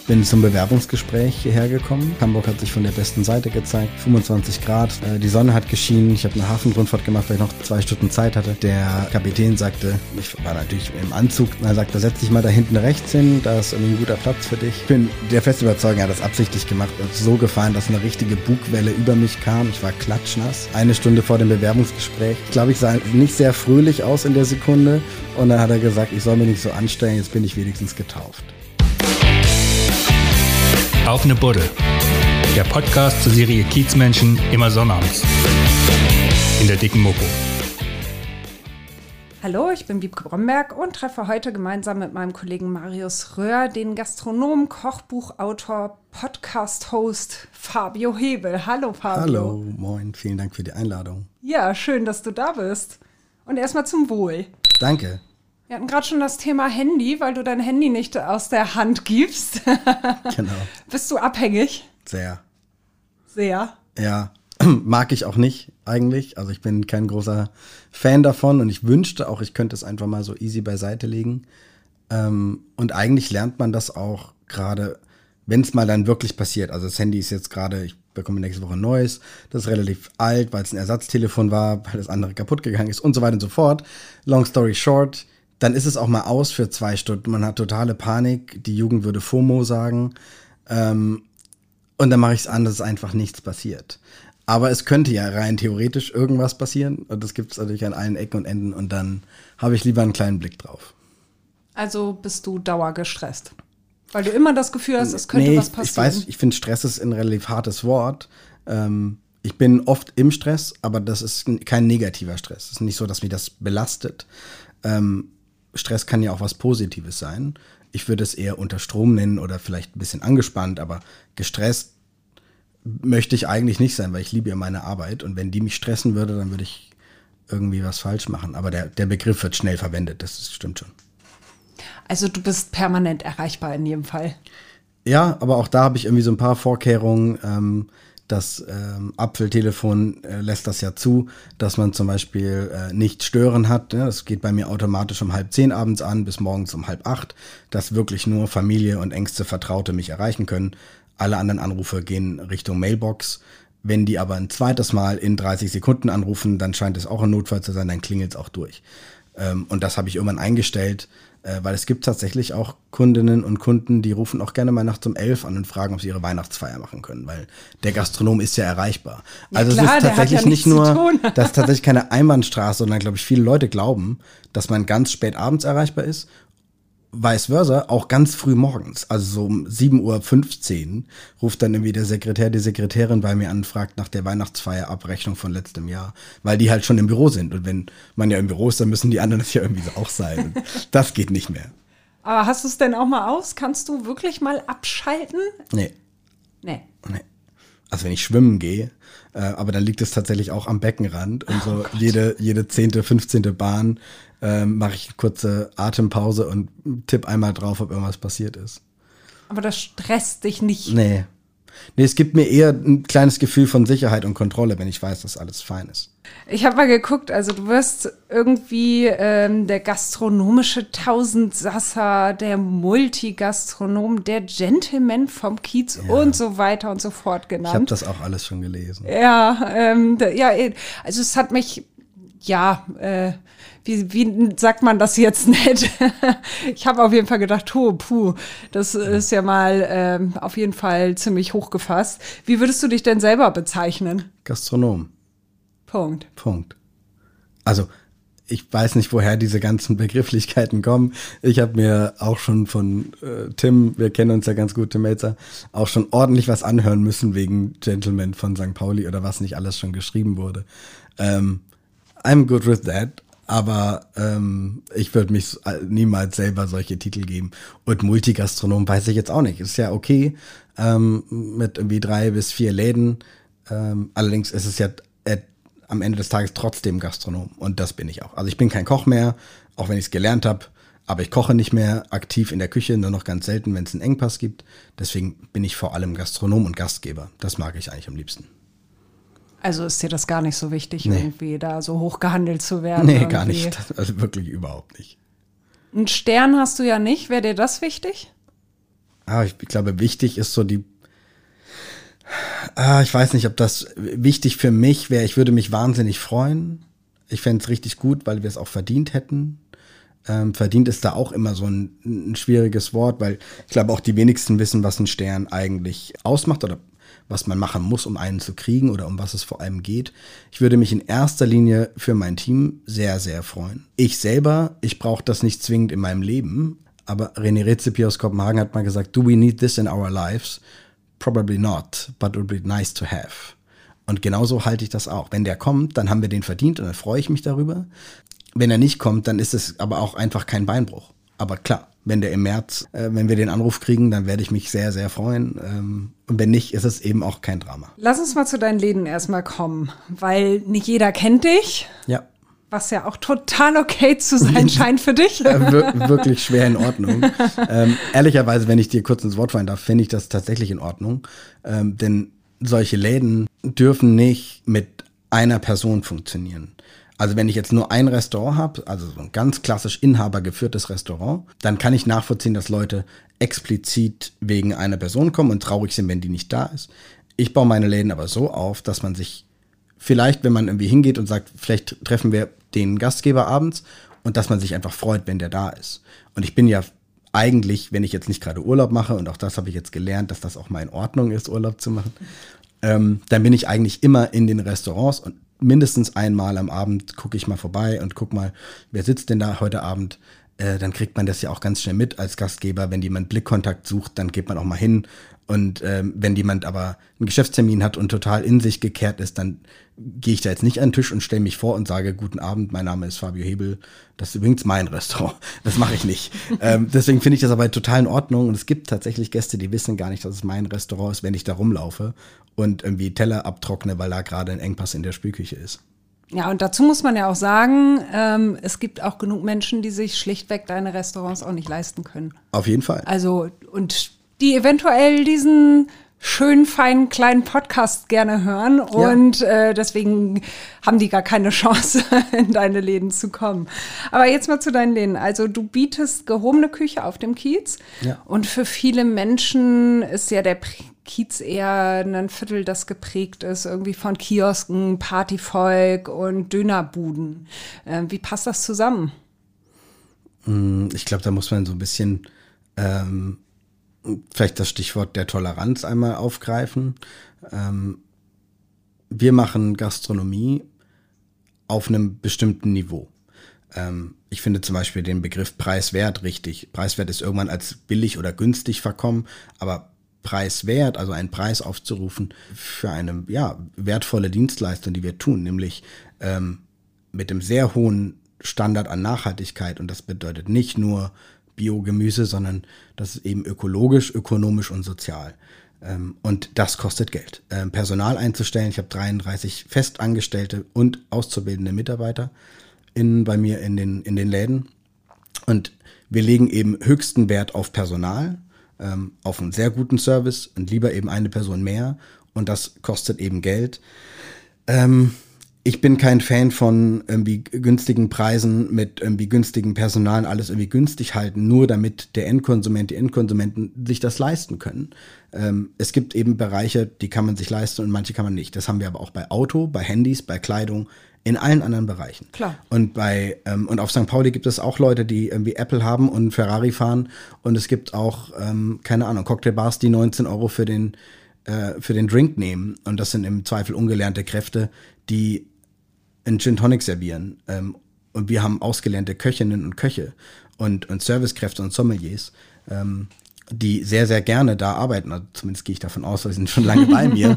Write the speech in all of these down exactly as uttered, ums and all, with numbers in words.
Bin zum Bewerbungsgespräch hierher gekommen. Hamburg hat sich von der besten Seite gezeigt. fünfundzwanzig Grad, äh, die Sonne hat geschienen. Ich habe eine Hafenrundfahrt gemacht, weil ich noch zwei Stunden Zeit hatte. Der Kapitän sagte, ich war natürlich im Anzug, er sagte, setz dich mal da hinten rechts hin, da ist irgendwie ein guter Platz für dich. Ich bin der festen Überzeugung, er hat das absichtlich gemacht. Es ist so gefallen, dass eine richtige Bugwelle über mich kam. Ich war klatschnass. Eine Stunde vor dem Bewerbungsgespräch. Ich glaube, ich sah nicht sehr fröhlich aus in der Sekunde. Und dann hat er gesagt, ich soll mich nicht so anstellen, jetzt bin ich wenigstens getauft. Auf ne Buddel. Der Podcast zur Serie Kiezmenschen immer sonnabends. In der dicken Mopo. Hallo, ich bin Wiebke Bromberg und treffe heute gemeinsam mit meinem Kollegen Marius Röhr den Gastronom, Kochbuchautor, Podcast-Host Fabio Hebel. Hallo Fabio. Hallo, moin, vielen Dank für die Einladung. Ja, schön, dass du da bist. Und erstmal zum Wohl. Danke. Wir hatten gerade schon das Thema Handy, weil du dein Handy nicht aus der Hand gibst. Genau. Bist du abhängig? Sehr. Sehr? Ja, mag ich auch nicht eigentlich. Also ich bin kein großer Fan davon und ich wünschte auch, ich könnte es einfach mal so easy beiseite legen. Ähm, und eigentlich lernt man das auch gerade, wenn es mal dann wirklich passiert. Also das Handy ist jetzt gerade, ich bekomme nächste Woche ein neues. Das ist relativ alt, weil es ein Ersatztelefon war, weil das andere kaputt gegangen ist und so weiter und so fort. Long story short, dann ist es auch mal aus für zwei Stunden. Man hat totale Panik. Die Jugend würde FOMO sagen. Ähm, und dann mache ich es an, dass einfach nichts passiert. Aber es könnte ja rein theoretisch irgendwas passieren. Und das gibt es natürlich an allen Ecken und Enden. Und dann habe ich lieber einen kleinen Blick drauf. Also bist du dauergestresst? Weil du immer das Gefühl hast, es könnte nee, was passieren. Ich weiß, ich finde, Stress ist ein relativ hartes Wort. Ähm, ich bin oft im Stress, aber das ist kein negativer Stress. Es ist nicht so, dass mich das belastet. Ähm, Stress kann ja auch was Positives sein. Ich würde es eher unter Strom nennen oder vielleicht ein bisschen angespannt, aber gestresst möchte ich eigentlich nicht sein, weil ich liebe ja meine Arbeit. Und wenn die mich stressen würde, dann würde ich irgendwie was falsch machen. Aber der, der Begriff wird schnell verwendet, das stimmt schon. Also du bist permanent erreichbar in jedem Fall. Ja, aber auch da habe ich irgendwie so ein paar Vorkehrungen. Ähm, das ähm, Apfeltelefon äh, lässt das ja zu, dass man zum Beispiel äh, nicht stören hat. Ne? Das geht bei mir automatisch um halb zehn abends an bis morgens um halb acht, dass wirklich nur Familie und engste Vertraute mich erreichen können. Alle anderen Anrufe gehen Richtung Mailbox. Wenn die aber ein zweites Mal in dreißig Sekunden anrufen, dann scheint es auch ein Notfall zu sein, dann klingelt es auch durch. Ähm, und das habe ich irgendwann eingestellt, äh, weil es gibt tatsächlich auch Kundinnen und Kunden, die rufen auch gerne mal nachts um elf an und fragen, ob sie ihre Weihnachtsfeier machen können, weil der Gastronom ist ja erreichbar. Ja, also klar, es ist tatsächlich ja nicht nur, das ist tatsächlich keine Einbahnstraße, sondern glaube ich, viele Leute glauben, dass man ganz spät abends erreichbar ist. Vice versa, auch ganz früh morgens, also so um sieben Uhr fünfzehn ruft dann irgendwie der Sekretär, die Sekretärin bei mir an und fragt nach der Weihnachtsfeierabrechnung von letztem Jahr, weil die halt schon im Büro sind. Und wenn man ja im Büro ist, dann müssen die anderen das ja irgendwie so auch sein. Und das geht nicht mehr. Aber hast du es denn auch mal aus? Kannst du wirklich mal abschalten? Nee. Nee. Nee. Also wenn ich schwimmen gehe, äh, aber dann liegt es tatsächlich auch am Beckenrand und so oh jede, jede zehnte, fünfzehnte Bahn ähm, mache ich eine kurze Atempause und tipp einmal drauf, ob irgendwas passiert ist. Aber das stresst dich nicht? Nee. Nee, es gibt mir eher ein kleines Gefühl von Sicherheit und Kontrolle, wenn ich weiß, dass alles fein ist. Ich habe mal geguckt, also du wirst irgendwie ähm, der gastronomische Tausendsasser, der Multigastronom, der Gentleman vom Kiez Ja. und so weiter und so fort genannt. Ich habe das auch alles schon gelesen. Ja, ähm, da, ja, also es hat mich, ja, äh, wie, wie sagt man das jetzt nett? Ich habe auf jeden Fall gedacht, oh, puh, das ist ja mal ähm, auf jeden Fall ziemlich hochgefasst. Wie würdest du dich denn selber bezeichnen? Gastronom. Punkt. Punkt. Also, ich weiß nicht, woher diese ganzen Begrifflichkeiten kommen. Ich habe mir auch schon von äh, Tim, wir kennen uns ja ganz gut, Tim Melzer, auch schon ordentlich was anhören müssen wegen Gentleman von Sankt Pauli oder was nicht alles schon geschrieben wurde. Ähm, I'm good with that. Aber ähm, ich würde mich niemals selber solche Titel geben. Und Multigastronom weiß ich jetzt auch nicht. Ist ja okay ähm, mit irgendwie drei bis vier Läden. Ähm, allerdings ist es ja äh, am Ende des Tages trotzdem Gastronom. Und das bin ich auch. Also ich bin kein Koch mehr, auch wenn ich es gelernt habe. Aber ich koche nicht mehr aktiv in der Küche, nur noch ganz selten, wenn es einen Engpass gibt. Deswegen bin ich vor allem Gastronom und Gastgeber. Das mag ich eigentlich am liebsten. Also ist dir das gar nicht so wichtig, Nee. irgendwie da so hoch gehandelt zu werden? Nee, irgendwie? gar nicht. Also wirklich überhaupt nicht. Einen Stern hast du ja nicht. Wäre dir das wichtig? Ah, ich glaube, wichtig ist so die, ah, ich weiß nicht, ob das wichtig für mich wäre. Ich würde mich wahnsinnig freuen. Ich fände es richtig gut, weil wir es auch verdient hätten. Ähm, verdient ist da auch immer so ein, ein schwieriges Wort, weil ich glaube, auch die wenigsten wissen, was ein Stern eigentlich ausmacht oder was man machen muss, um einen zu kriegen oder um was es vor allem geht. Ich würde mich in erster Linie für mein Team sehr, sehr freuen. Ich selber, ich brauche das nicht zwingend in meinem Leben, aber René Redzepi aus Kopenhagen hat mal gesagt, do we need this in our lives? Probably not, but it would be nice to have. Und genauso halte ich das auch. Wenn der kommt, dann haben wir den verdient und dann freue ich mich darüber. Wenn er nicht kommt, dann ist es aber auch einfach kein Beinbruch. Aber klar, wenn der im März, äh, wenn wir den Anruf kriegen, dann werde ich mich sehr, sehr freuen. Ähm, und wenn nicht, ist es eben auch kein Drama. Lass uns mal zu deinen Läden erstmal kommen, weil nicht jeder kennt dich. Ja. Was ja auch total okay zu sein scheint für dich. Wir- wirklich schwer in Ordnung. ähm, ehrlicherweise, wenn ich dir kurz ins Wort fallen darf, finde ich das tatsächlich in Ordnung. Ähm, denn solche Läden dürfen nicht mit einer Person funktionieren. Also wenn ich jetzt nur ein Restaurant habe, also so ein ganz klassisch inhabergeführtes Restaurant, dann kann ich nachvollziehen, dass Leute explizit wegen einer Person kommen und traurig sind, wenn die nicht da ist. Ich baue meine Läden aber so auf, dass man sich vielleicht, wenn man irgendwie hingeht und sagt, vielleicht treffen wir den Gastgeber abends und dass man sich einfach freut, wenn der da ist. Und ich bin ja eigentlich, wenn ich jetzt nicht gerade Urlaub mache, und auch das habe ich jetzt gelernt, dass das auch mal in Ordnung ist, Urlaub zu machen, ähm, dann bin ich eigentlich immer in den Restaurants und mindestens einmal am Abend gucke ich mal vorbei und guck mal, wer sitzt denn da heute Abend? Äh, dann kriegt man das ja auch ganz schnell mit als Gastgeber. Wenn jemand Blickkontakt sucht, dann geht man auch mal hin. Und ähm, wenn jemand aber einen Geschäftstermin hat und total in sich gekehrt ist, dann gehe ich da jetzt nicht an den Tisch und stelle mich vor und sage, guten Abend, mein Name ist Fabio Hebel, das ist übrigens mein Restaurant. Das mache ich nicht. ähm, deswegen finde ich das aber total in Ordnung. Und es gibt tatsächlich Gäste, die wissen gar nicht, dass es mein Restaurant ist, wenn ich da rumlaufe und irgendwie Teller abtrockne, weil da gerade ein Engpass in der Spülküche ist. Ja, und dazu muss man ja auch sagen, ähm, es gibt auch genug Menschen, die sich schlichtweg deine Restaurants auch nicht leisten können. Auf jeden Fall. Also, und die eventuell diesen schönen, feinen, kleinen Podcast gerne hören. Und ja. äh, deswegen haben die gar keine Chance, in deine Läden zu kommen. Aber jetzt mal zu deinen Läden. Also du bietest gehobene Küche auf dem Kiez. Ja. Und für viele Menschen ist ja der Kiez eher ein Viertel, das geprägt ist, irgendwie von Kiosken, Partyvolk und Dönerbuden. Äh, wie passt das zusammen? Ich glaube, da muss man so ein bisschen ähm, vielleicht das Stichwort der Toleranz einmal aufgreifen. Ähm, wir machen Gastronomie auf einem bestimmten Niveau. Ähm, ich finde zum Beispiel den Begriff preiswert richtig. Preiswert ist irgendwann als billig oder günstig verkommen, aber preiswert, also einen Preis aufzurufen für eine ja, wertvolle Dienstleistung, die wir tun, nämlich ähm, mit einem sehr hohen Standard an Nachhaltigkeit. Und das bedeutet nicht nur Biogemüse, sondern das ist eben ökologisch, ökonomisch und sozial. Ähm, und das kostet Geld. Ähm, Personal einzustellen, ich habe dreiunddreißig Festangestellte und auszubildende Mitarbeiter in, bei mir in den, in den Läden. Und wir legen eben höchsten Wert auf Personal, ähm, auf einen sehr guten Service und lieber eben eine Person mehr. Und das kostet eben Geld. Ähm, Ich bin kein Fan von irgendwie günstigen Preisen mit irgendwie günstigem Personal und alles irgendwie günstig halten, nur damit der Endkonsument, die Endkonsumenten sich das leisten können. Ähm, es gibt eben Bereiche, die kann man sich leisten und manche kann man nicht. Das haben wir aber auch bei Auto, bei Handys, bei Kleidung, in allen anderen Bereichen. Klar. Und bei ähm, und auf Sankt Pauli gibt es auch Leute, die irgendwie Apple haben und Ferrari fahren. Und es gibt auch, ähm, keine Ahnung, Cocktailbars, die neunzehn Euro für den, äh, für den Drink nehmen. Und das sind im Zweifel ungelernte Kräfte, die einen Gin Tonic servieren. Ähm, und wir haben ausgelernte Köchinnen und Köche und, und Servicekräfte und Sommeliers, ähm, die sehr, sehr gerne da arbeiten. Also zumindest gehe ich davon aus, weil sie sind schon lange bei mir.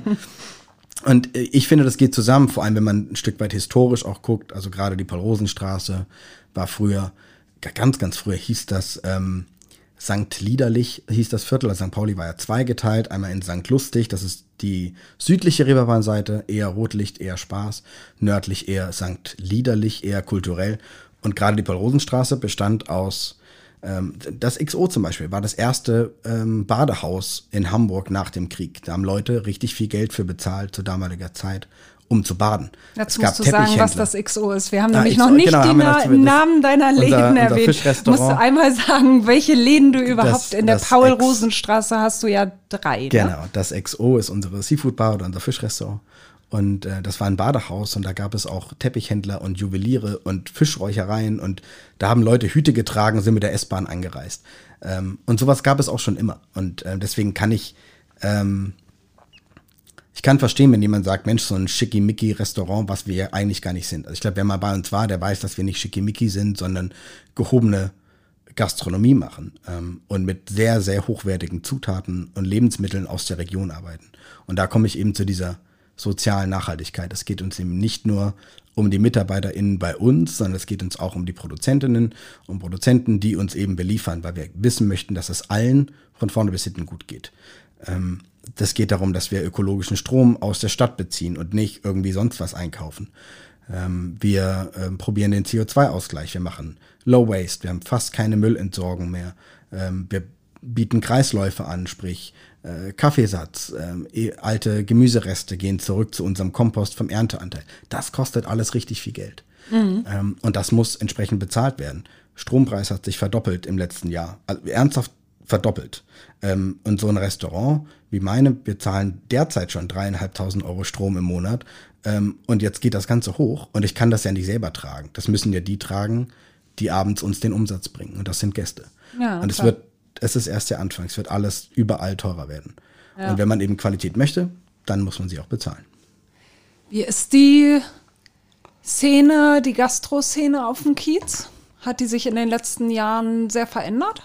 Und ich finde, das geht zusammen, vor allem wenn man ein Stück weit historisch auch guckt. Also gerade die Paul-Rosen-Straße war früher, ganz, ganz früher hieß das ähm, Sankt Liederlich, hieß das Viertel. Also Sankt Pauli war ja zweigeteilt. Einmal in Sankt Lustig, das ist die südliche Reeperbahnseite, eher Rotlicht, eher Spaß. Nördlich eher Sankt Liederlich, eher kulturell. Und gerade die Paul-Rosen-Straße bestand aus, ähm, das X O zum Beispiel, war das erste ähm, Badehaus in Hamburg nach dem Krieg. Da haben Leute richtig viel Geld für bezahlt zu damaliger Zeit, um zu baden. Dazu es gab musst du sagen, was Teppichhändler. das X O ist. Wir haben Ah, nämlich X O, noch nicht genau, die haben wir Na dazu- das- Namen deiner unser- Läden unser erwähnt. Fischrestaurant. Musst du einmal sagen, welche Läden du überhaupt Das- in der das Paul-Rosen-Straße hast du ja drei. Genau, Ne? das X O ist unsere Seafood-Bar oder unser Fischrestaurant. Und äh, das war ein Badehaus und da gab es auch Teppichhändler und Juweliere und Fischräuchereien und da haben Leute Hüte getragen, sind mit der S-Bahn angereist. Ähm, und sowas gab es auch schon immer. Und äh, deswegen kann ich, ähm, ich kann verstehen, wenn jemand sagt, Mensch, so ein Schickimicki-Restaurant, was wir ja eigentlich gar nicht sind. Also ich glaube, wer mal bei uns war, der weiß, dass wir nicht Schickimicki sind, sondern gehobene Gastronomie machen ähm, und mit sehr, sehr hochwertigen Zutaten und Lebensmitteln aus der Region arbeiten. Und da komme ich eben zu dieser sozialen Nachhaltigkeit. Es geht uns eben nicht nur um die MitarbeiterInnen bei uns, sondern es geht uns auch um die Produzentinnen und Produzenten, die uns eben beliefern, weil wir wissen möchten, dass es allen von vorne bis hinten gut geht. Ähm, das geht darum, dass wir ökologischen Strom aus der Stadt beziehen und nicht irgendwie sonst was einkaufen. Ähm, wir ähm, probieren den C O zwei Ausgleich. Wir machen Low Waste. Wir haben fast keine Müllentsorgung mehr. Ähm, wir bieten Kreisläufe an, sprich äh, Kaffeesatz, ähm, eh, alte Gemüsereste gehen zurück zu unserem Kompost vom Ernteanteil. Das kostet alles richtig viel Geld. Mhm. Ähm, und das muss entsprechend bezahlt werden. Strompreis hat sich verdoppelt im letzten Jahr. Also ernsthaft verdoppelt. Ähm, und so ein Restaurant wie meine, wir zahlen derzeit schon dreieinhalbtausend Euro Strom im Monat. Ähm, und jetzt geht das Ganze hoch. Und ich kann das ja nicht selber tragen. Das müssen ja die tragen, die abends uns den Umsatz bringen. Und das sind Gäste. Ja, und es klar. wird, es ist erst der Anfang. Es wird alles überall teurer werden. Ja. Und wenn man eben Qualität möchte, dann muss man sie auch bezahlen. Wie ist die Szene, die Gastro-Szene auf dem Kiez? Hat die sich in den letzten Jahren sehr verändert?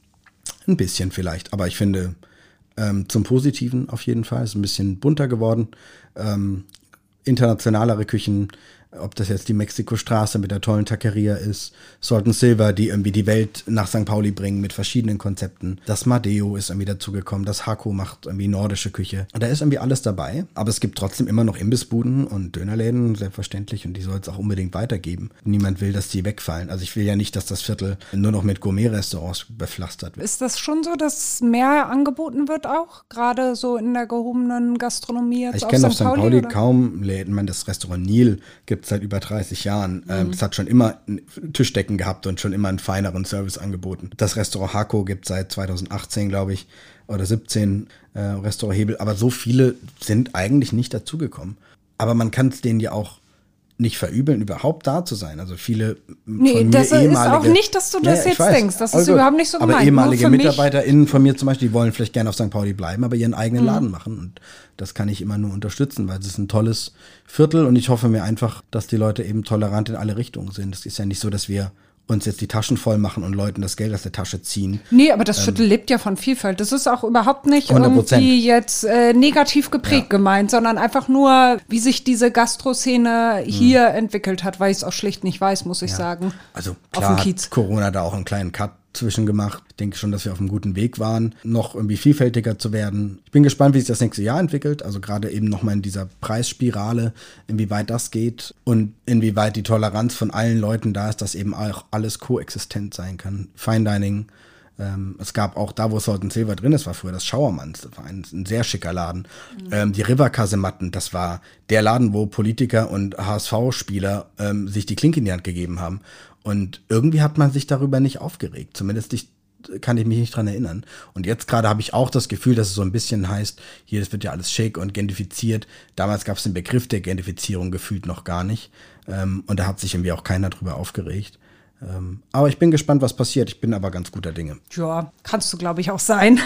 Ein bisschen vielleicht, aber ich finde ähm, zum Positiven auf jeden Fall. Es ist ein bisschen bunter geworden. Ähm, internationalere Küchen, ob das jetzt die Mexiko-Straße mit der tollen Taqueria ist, Salt and Silver, die irgendwie die Welt nach Sankt Pauli bringen mit verschiedenen Konzepten. Das Madeo ist irgendwie dazugekommen, das Hako macht irgendwie nordische Küche. Und da ist irgendwie alles dabei, aber es gibt trotzdem immer noch Imbissbuden und Dönerläden, selbstverständlich, und die soll es auch unbedingt weitergeben. Niemand will, dass die wegfallen. Also ich will ja nicht, dass das Viertel nur noch mit Gourmet-Restaurants bepflastert wird. Ist das schon so, dass mehr angeboten wird auch? Gerade so in der gehobenen Gastronomie jetzt Ich auf kenne auf Sankt Sankt Pauli? Pauli oder? kaum Läden. Man, das Restaurant Nil gibt es seit über dreißig Jahren. Ähm, es hat schon immer Tischdecken gehabt und schon immer einen feineren Service angeboten. Das Restaurant Hako gibt es seit zweitausendachtzehn, glaube ich, oder siebzehn, äh, Restaurant Hebel. Aber so viele sind eigentlich nicht dazugekommen. Aber man kann es denen ja auch nicht verübeln, überhaupt da zu sein. Also viele Nee, von mir das ist ehemalige, auch nicht, dass du das Ja, jetzt ich weiß. denkst. Das ist Also, überhaupt nicht so aber gemeint. Nur ehemalige für mich- MitarbeiterInnen von mir zum Beispiel, die wollen vielleicht gerne auf Sankt Pauli bleiben, aber ihren eigenen Mhm. Laden machen. Und das kann ich immer nur unterstützen, weil es ist ein tolles Viertel und ich hoffe mir einfach, dass die Leute eben tolerant in alle Richtungen sind. Es ist ja nicht so, dass wir uns jetzt die Taschen voll machen und Leuten das Geld aus der Tasche ziehen. Nee, aber das Viertel lebt ja von Vielfalt. Das ist auch überhaupt nicht hundert Prozent. irgendwie jetzt äh, negativ geprägt Ja. gemeint, sondern einfach nur, wie sich diese Gastro-Szene Mhm. hier entwickelt hat, weil ich es auch schlicht nicht weiß, muss ich sagen. Also Auf klar dem Kiez. hat Corona da auch einen kleinen Cut zwischen gemacht. Ich denke schon, dass wir auf einem guten Weg waren, noch irgendwie vielfältiger zu werden. Ich bin gespannt, wie sich das nächste Jahr entwickelt. Also gerade eben nochmal in dieser Preisspirale, inwieweit das geht und inwieweit die Toleranz von allen Leuten da ist, dass eben auch alles koexistent sein kann. Fine Dining. Ähm, es gab auch da, wo Salt and Silver drin ist, war früher das Schauermanns. Das war ein, ein sehr schicker Laden. Mhm. Ähm, die River-Kasematten, das war der Laden, wo Politiker und H S V-Spieler ähm, sich die Klinke in die Hand gegeben haben. Und irgendwie hat man sich darüber nicht aufgeregt. Zumindest ich, kann ich mich nicht dran erinnern. Und jetzt gerade habe ich auch das Gefühl, dass es so ein bisschen heißt, hier, das wird ja alles schick und gentrifiziert. Damals gab es den Begriff der Gentrifizierung gefühlt noch gar nicht. Ähm, und da hat sich irgendwie auch keiner drüber aufgeregt. Ähm, aber ich bin gespannt, was passiert. Ich bin aber ganz guter Dinge. Ja, kannst du, glaube ich, auch sein.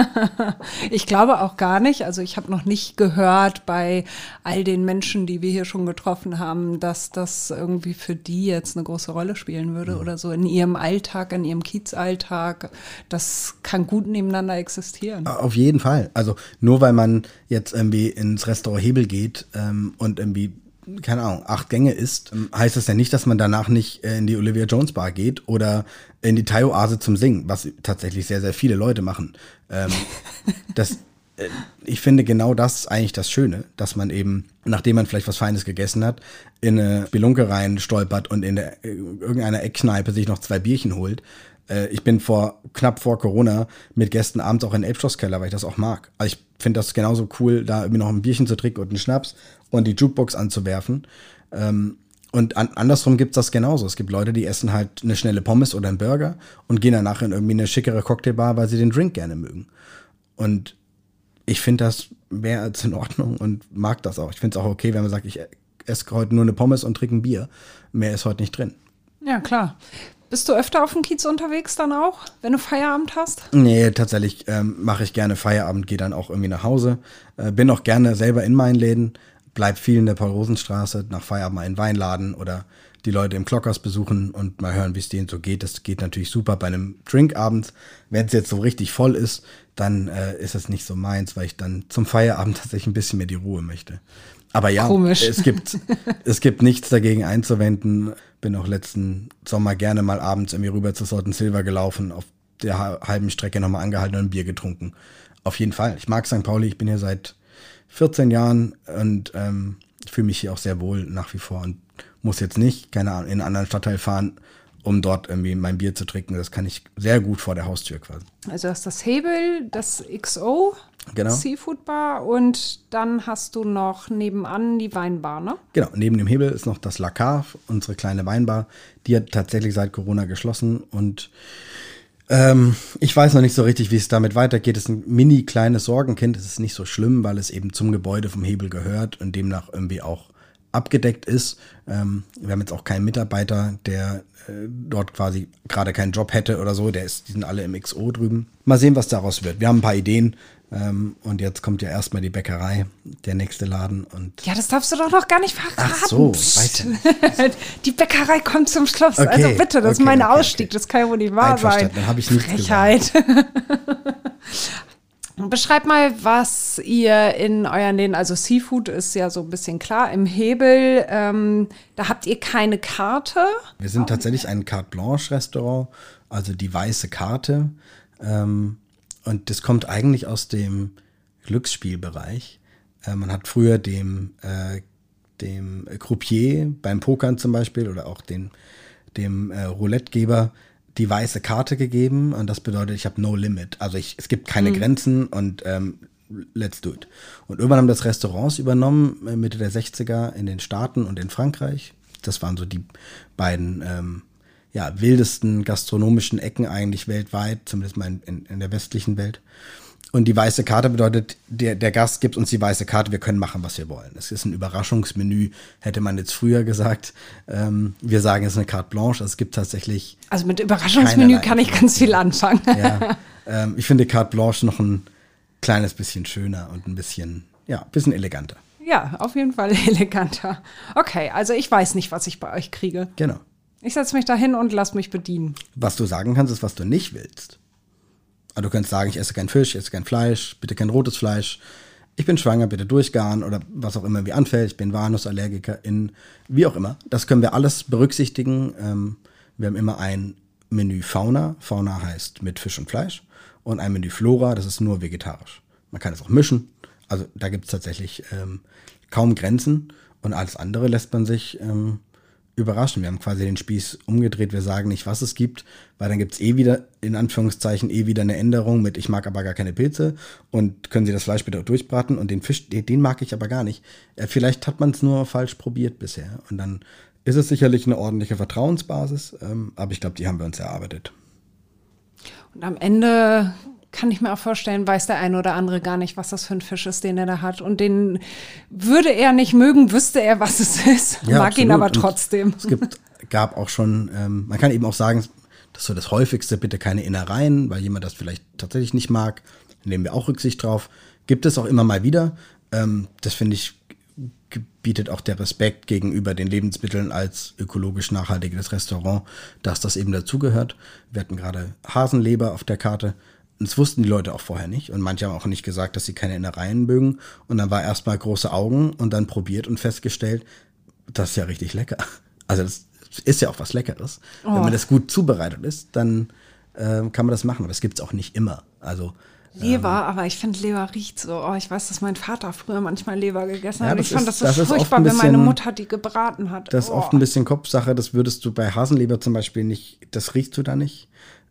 Ich glaube auch gar nicht. Also ich habe noch nicht gehört bei all den Menschen, die wir hier schon getroffen haben, dass das irgendwie für die jetzt eine große Rolle spielen würde Mhm. oder so in ihrem Alltag, in ihrem Kiezalltag. Das kann gut nebeneinander existieren. Auf jeden Fall. Also nur weil man jetzt irgendwie ins Restaurant Hebel geht ähm, und irgendwie keine Ahnung, acht Gänge isst, heißt das ja nicht, dass man danach nicht in die Olivia Jones Bar geht oder in die Thai-Oase zum Singen, was tatsächlich sehr, sehr viele Leute machen. Ähm, das, äh, ich finde genau das ist eigentlich das Schöne, dass man eben, nachdem man vielleicht was Feines gegessen hat, in eine Spelunke rein stolpert und in der, irgendeiner Eckkneipe sich noch zwei Bierchen holt. Äh, ich bin vor knapp vor Corona mit Gästen abends auch in den Elbschlosskeller, weil ich das auch mag. Also ich finde das genauso cool, da irgendwie noch ein Bierchen zu trinken und einen Schnaps und die Jukebox anzuwerfen. Ähm, und an, andersrum gibt's das genauso. Es gibt Leute, die essen halt eine schnelle Pommes oder einen Burger und gehen danach in irgendwie eine schickere Cocktailbar, weil sie den Drink gerne mögen. Und ich finde das mehr als in Ordnung und mag das auch. Ich finde es auch okay, wenn man sagt, ich esse heute nur eine Pommes und trinke ein Bier. Mehr ist heute nicht drin. Ja, klar. Bist du öfter auf dem Kiez unterwegs dann auch, wenn du Feierabend hast? Nee, tatsächlich ähm, mache ich gerne Feierabend, gehe dann auch irgendwie nach Hause. Äh, bin auch gerne selber in meinen Läden, bleib viel in der Paul-Rosen-Straße, nach Feierabend mal in den Weinladen oder die Leute im Klockers besuchen und mal hören, wie es denen so geht. Das geht natürlich super bei einem Drinkabend. Wenn es jetzt so richtig voll ist, dann äh, ist es nicht so meins, weil ich dann zum Feierabend tatsächlich ein bisschen mehr die Ruhe möchte. Aber ja, Komisch. es gibt es gibt nichts dagegen einzuwenden. Bin auch letzten Sommer gerne mal abends irgendwie rüber zu Salt and Silver gelaufen, auf der halben Strecke nochmal angehalten und ein Bier getrunken. Auf jeden Fall. Ich mag Sankt Pauli, ich bin hier seit vierzehn Jahren und ähm, ich fühle mich hier auch sehr wohl nach wie vor und muss jetzt nicht, keine Ahnung, in einen anderen Stadtteil fahren, um dort irgendwie mein Bier zu trinken. Das kann ich sehr gut vor der Haustür quasi. Also du hast das Hebel, das X O, Genau. Seafood Bar und dann hast du noch nebenan die Weinbar, ne? Genau, neben dem Hebel ist noch das La Cave, unsere kleine Weinbar. Die hat tatsächlich seit Corona geschlossen und ähm, ich weiß noch nicht so richtig, wie es damit weitergeht. Es ist ein mini kleines Sorgenkind. Es ist nicht so schlimm, weil es eben zum Gebäude vom Hebel gehört und demnach irgendwie auch abgedeckt ist. Ähm, wir haben jetzt auch keinen Mitarbeiter, der äh, dort quasi gerade keinen Job hätte oder so. Der ist, die sind alle im X O drüben. Mal sehen, was daraus wird. Wir haben ein paar Ideen. Ähm, und jetzt kommt ja erstmal die Bäckerei, der nächste Laden. Und Ja, das darfst du doch noch gar nicht verraten. Ach so, Psst. weiter. Die Bäckerei kommt zum Schluss. Okay, Also bitte, das okay, ist mein okay, Ausstieg. okay. Das kann ja wohl nicht wahr sein. Einverstanden, dann habe ich nichts Frechheit. Beschreibt mal, was ihr in euren Läden, also Seafood ist ja so ein bisschen klar, im Hebel, ähm, da habt ihr keine Karte. Wir sind tatsächlich ein Carte Blanche Restaurant, also die weiße Karte. Ähm, und das kommt eigentlich aus dem Glücksspielbereich. Äh, man hat früher dem, äh, dem Croupier beim Pokern zum Beispiel oder auch den, dem äh, Roulettegeber die weiße Karte gegeben. Und das bedeutet, ich habe no limit. Also ich, es gibt keine mhm. Grenzen und ähm, let's do it. Und irgendwann haben das Restaurants übernommen, äh, Mitte der sechziger in den Staaten und in Frankreich. Das waren so die beiden ähm, ja, wildesten gastronomischen Ecken eigentlich weltweit, zumindest mal in, in, in der westlichen Welt. Und die weiße Karte bedeutet, der, der Gast gibt uns die weiße Karte, wir können machen, was wir wollen. Es ist ein Überraschungsmenü, hätte man jetzt früher gesagt. Ähm, wir sagen, es ist eine Carte Blanche, es gibt tatsächlich Also mit Überraschungsmenü kann ich ganz viel anfangen. Ja, ähm, ich finde Carte Blanche noch ein kleines bisschen schöner und ein bisschen, ja, ein bisschen eleganter. Ja, auf jeden Fall eleganter. Okay, also ich weiß nicht, was ich bei euch kriege. Genau. Ich setze mich da hin und lass mich bedienen. Was du sagen kannst, ist, was du nicht willst. Also du könntest sagen, ich esse kein Fisch, ich esse kein Fleisch, bitte kein rotes Fleisch. Ich bin schwanger, bitte durchgaren oder was auch immer wie anfällt. Ich bin Walnussallergikerin, wie auch immer. Das können wir alles berücksichtigen. Ähm, wir haben immer ein Menü Fauna. Fauna heißt mit Fisch und Fleisch. Und ein Menü Flora, das ist nur vegetarisch. Man kann es auch mischen. Also da gibt es tatsächlich ähm, kaum Grenzen. Und alles andere lässt man sich ähm, überraschen. Wir haben quasi den Spieß umgedreht. Wir sagen nicht, was es gibt, weil dann gibt es eh wieder, in Anführungszeichen, eh wieder eine Änderung mit ich mag aber gar keine Pilze und können Sie das Fleisch bitte auch durchbraten und den Fisch, den, den mag ich aber gar nicht. Äh, vielleicht hat man es nur falsch probiert bisher und dann ist es sicherlich eine ordentliche Vertrauensbasis, ähm, aber ich glaube, die haben wir uns erarbeitet. Und am Ende kann ich mir auch vorstellen, weiß der eine oder andere gar nicht, was das für ein Fisch ist, den er da hat. Und den würde er nicht mögen, wüsste er, was es ist. Ja, mag absolut. ihn aber Und trotzdem. es gibt, gab auch schon, ähm, man kann eben auch sagen, das ist so das Häufigste, bitte keine Innereien, weil jemand das vielleicht tatsächlich nicht mag. Nehmen wir auch Rücksicht drauf. Gibt es auch immer mal wieder. Ähm, das finde ich, bietet auch der Respekt gegenüber den Lebensmitteln als ökologisch nachhaltiges Restaurant, dass das eben dazugehört. Wir hatten gerade Hasenleber auf der Karte. Und das wussten die Leute auch vorher nicht. Und manche haben auch nicht gesagt, dass sie keine Innereien mögen. Und dann war erstmal große Augen und dann probiert und festgestellt, das ist ja richtig lecker. Also das ist ja auch was Leckeres. Oh. Wenn man das gut zubereitet ist, dann äh, kann man das machen. Aber das gibt es auch nicht immer. Also Leber, ähm, aber ich finde, Leber riecht so. Oh, ich weiß, dass mein Vater früher manchmal Leber gegessen hat. Ja, und ich fand ist, das so das furchtbar, bisschen, wenn meine Mutter die gebraten hat. Das ist oh. oft ein bisschen Kopfsache. Das würdest du bei Hasenleber zum Beispiel nicht, das riechst du da nicht.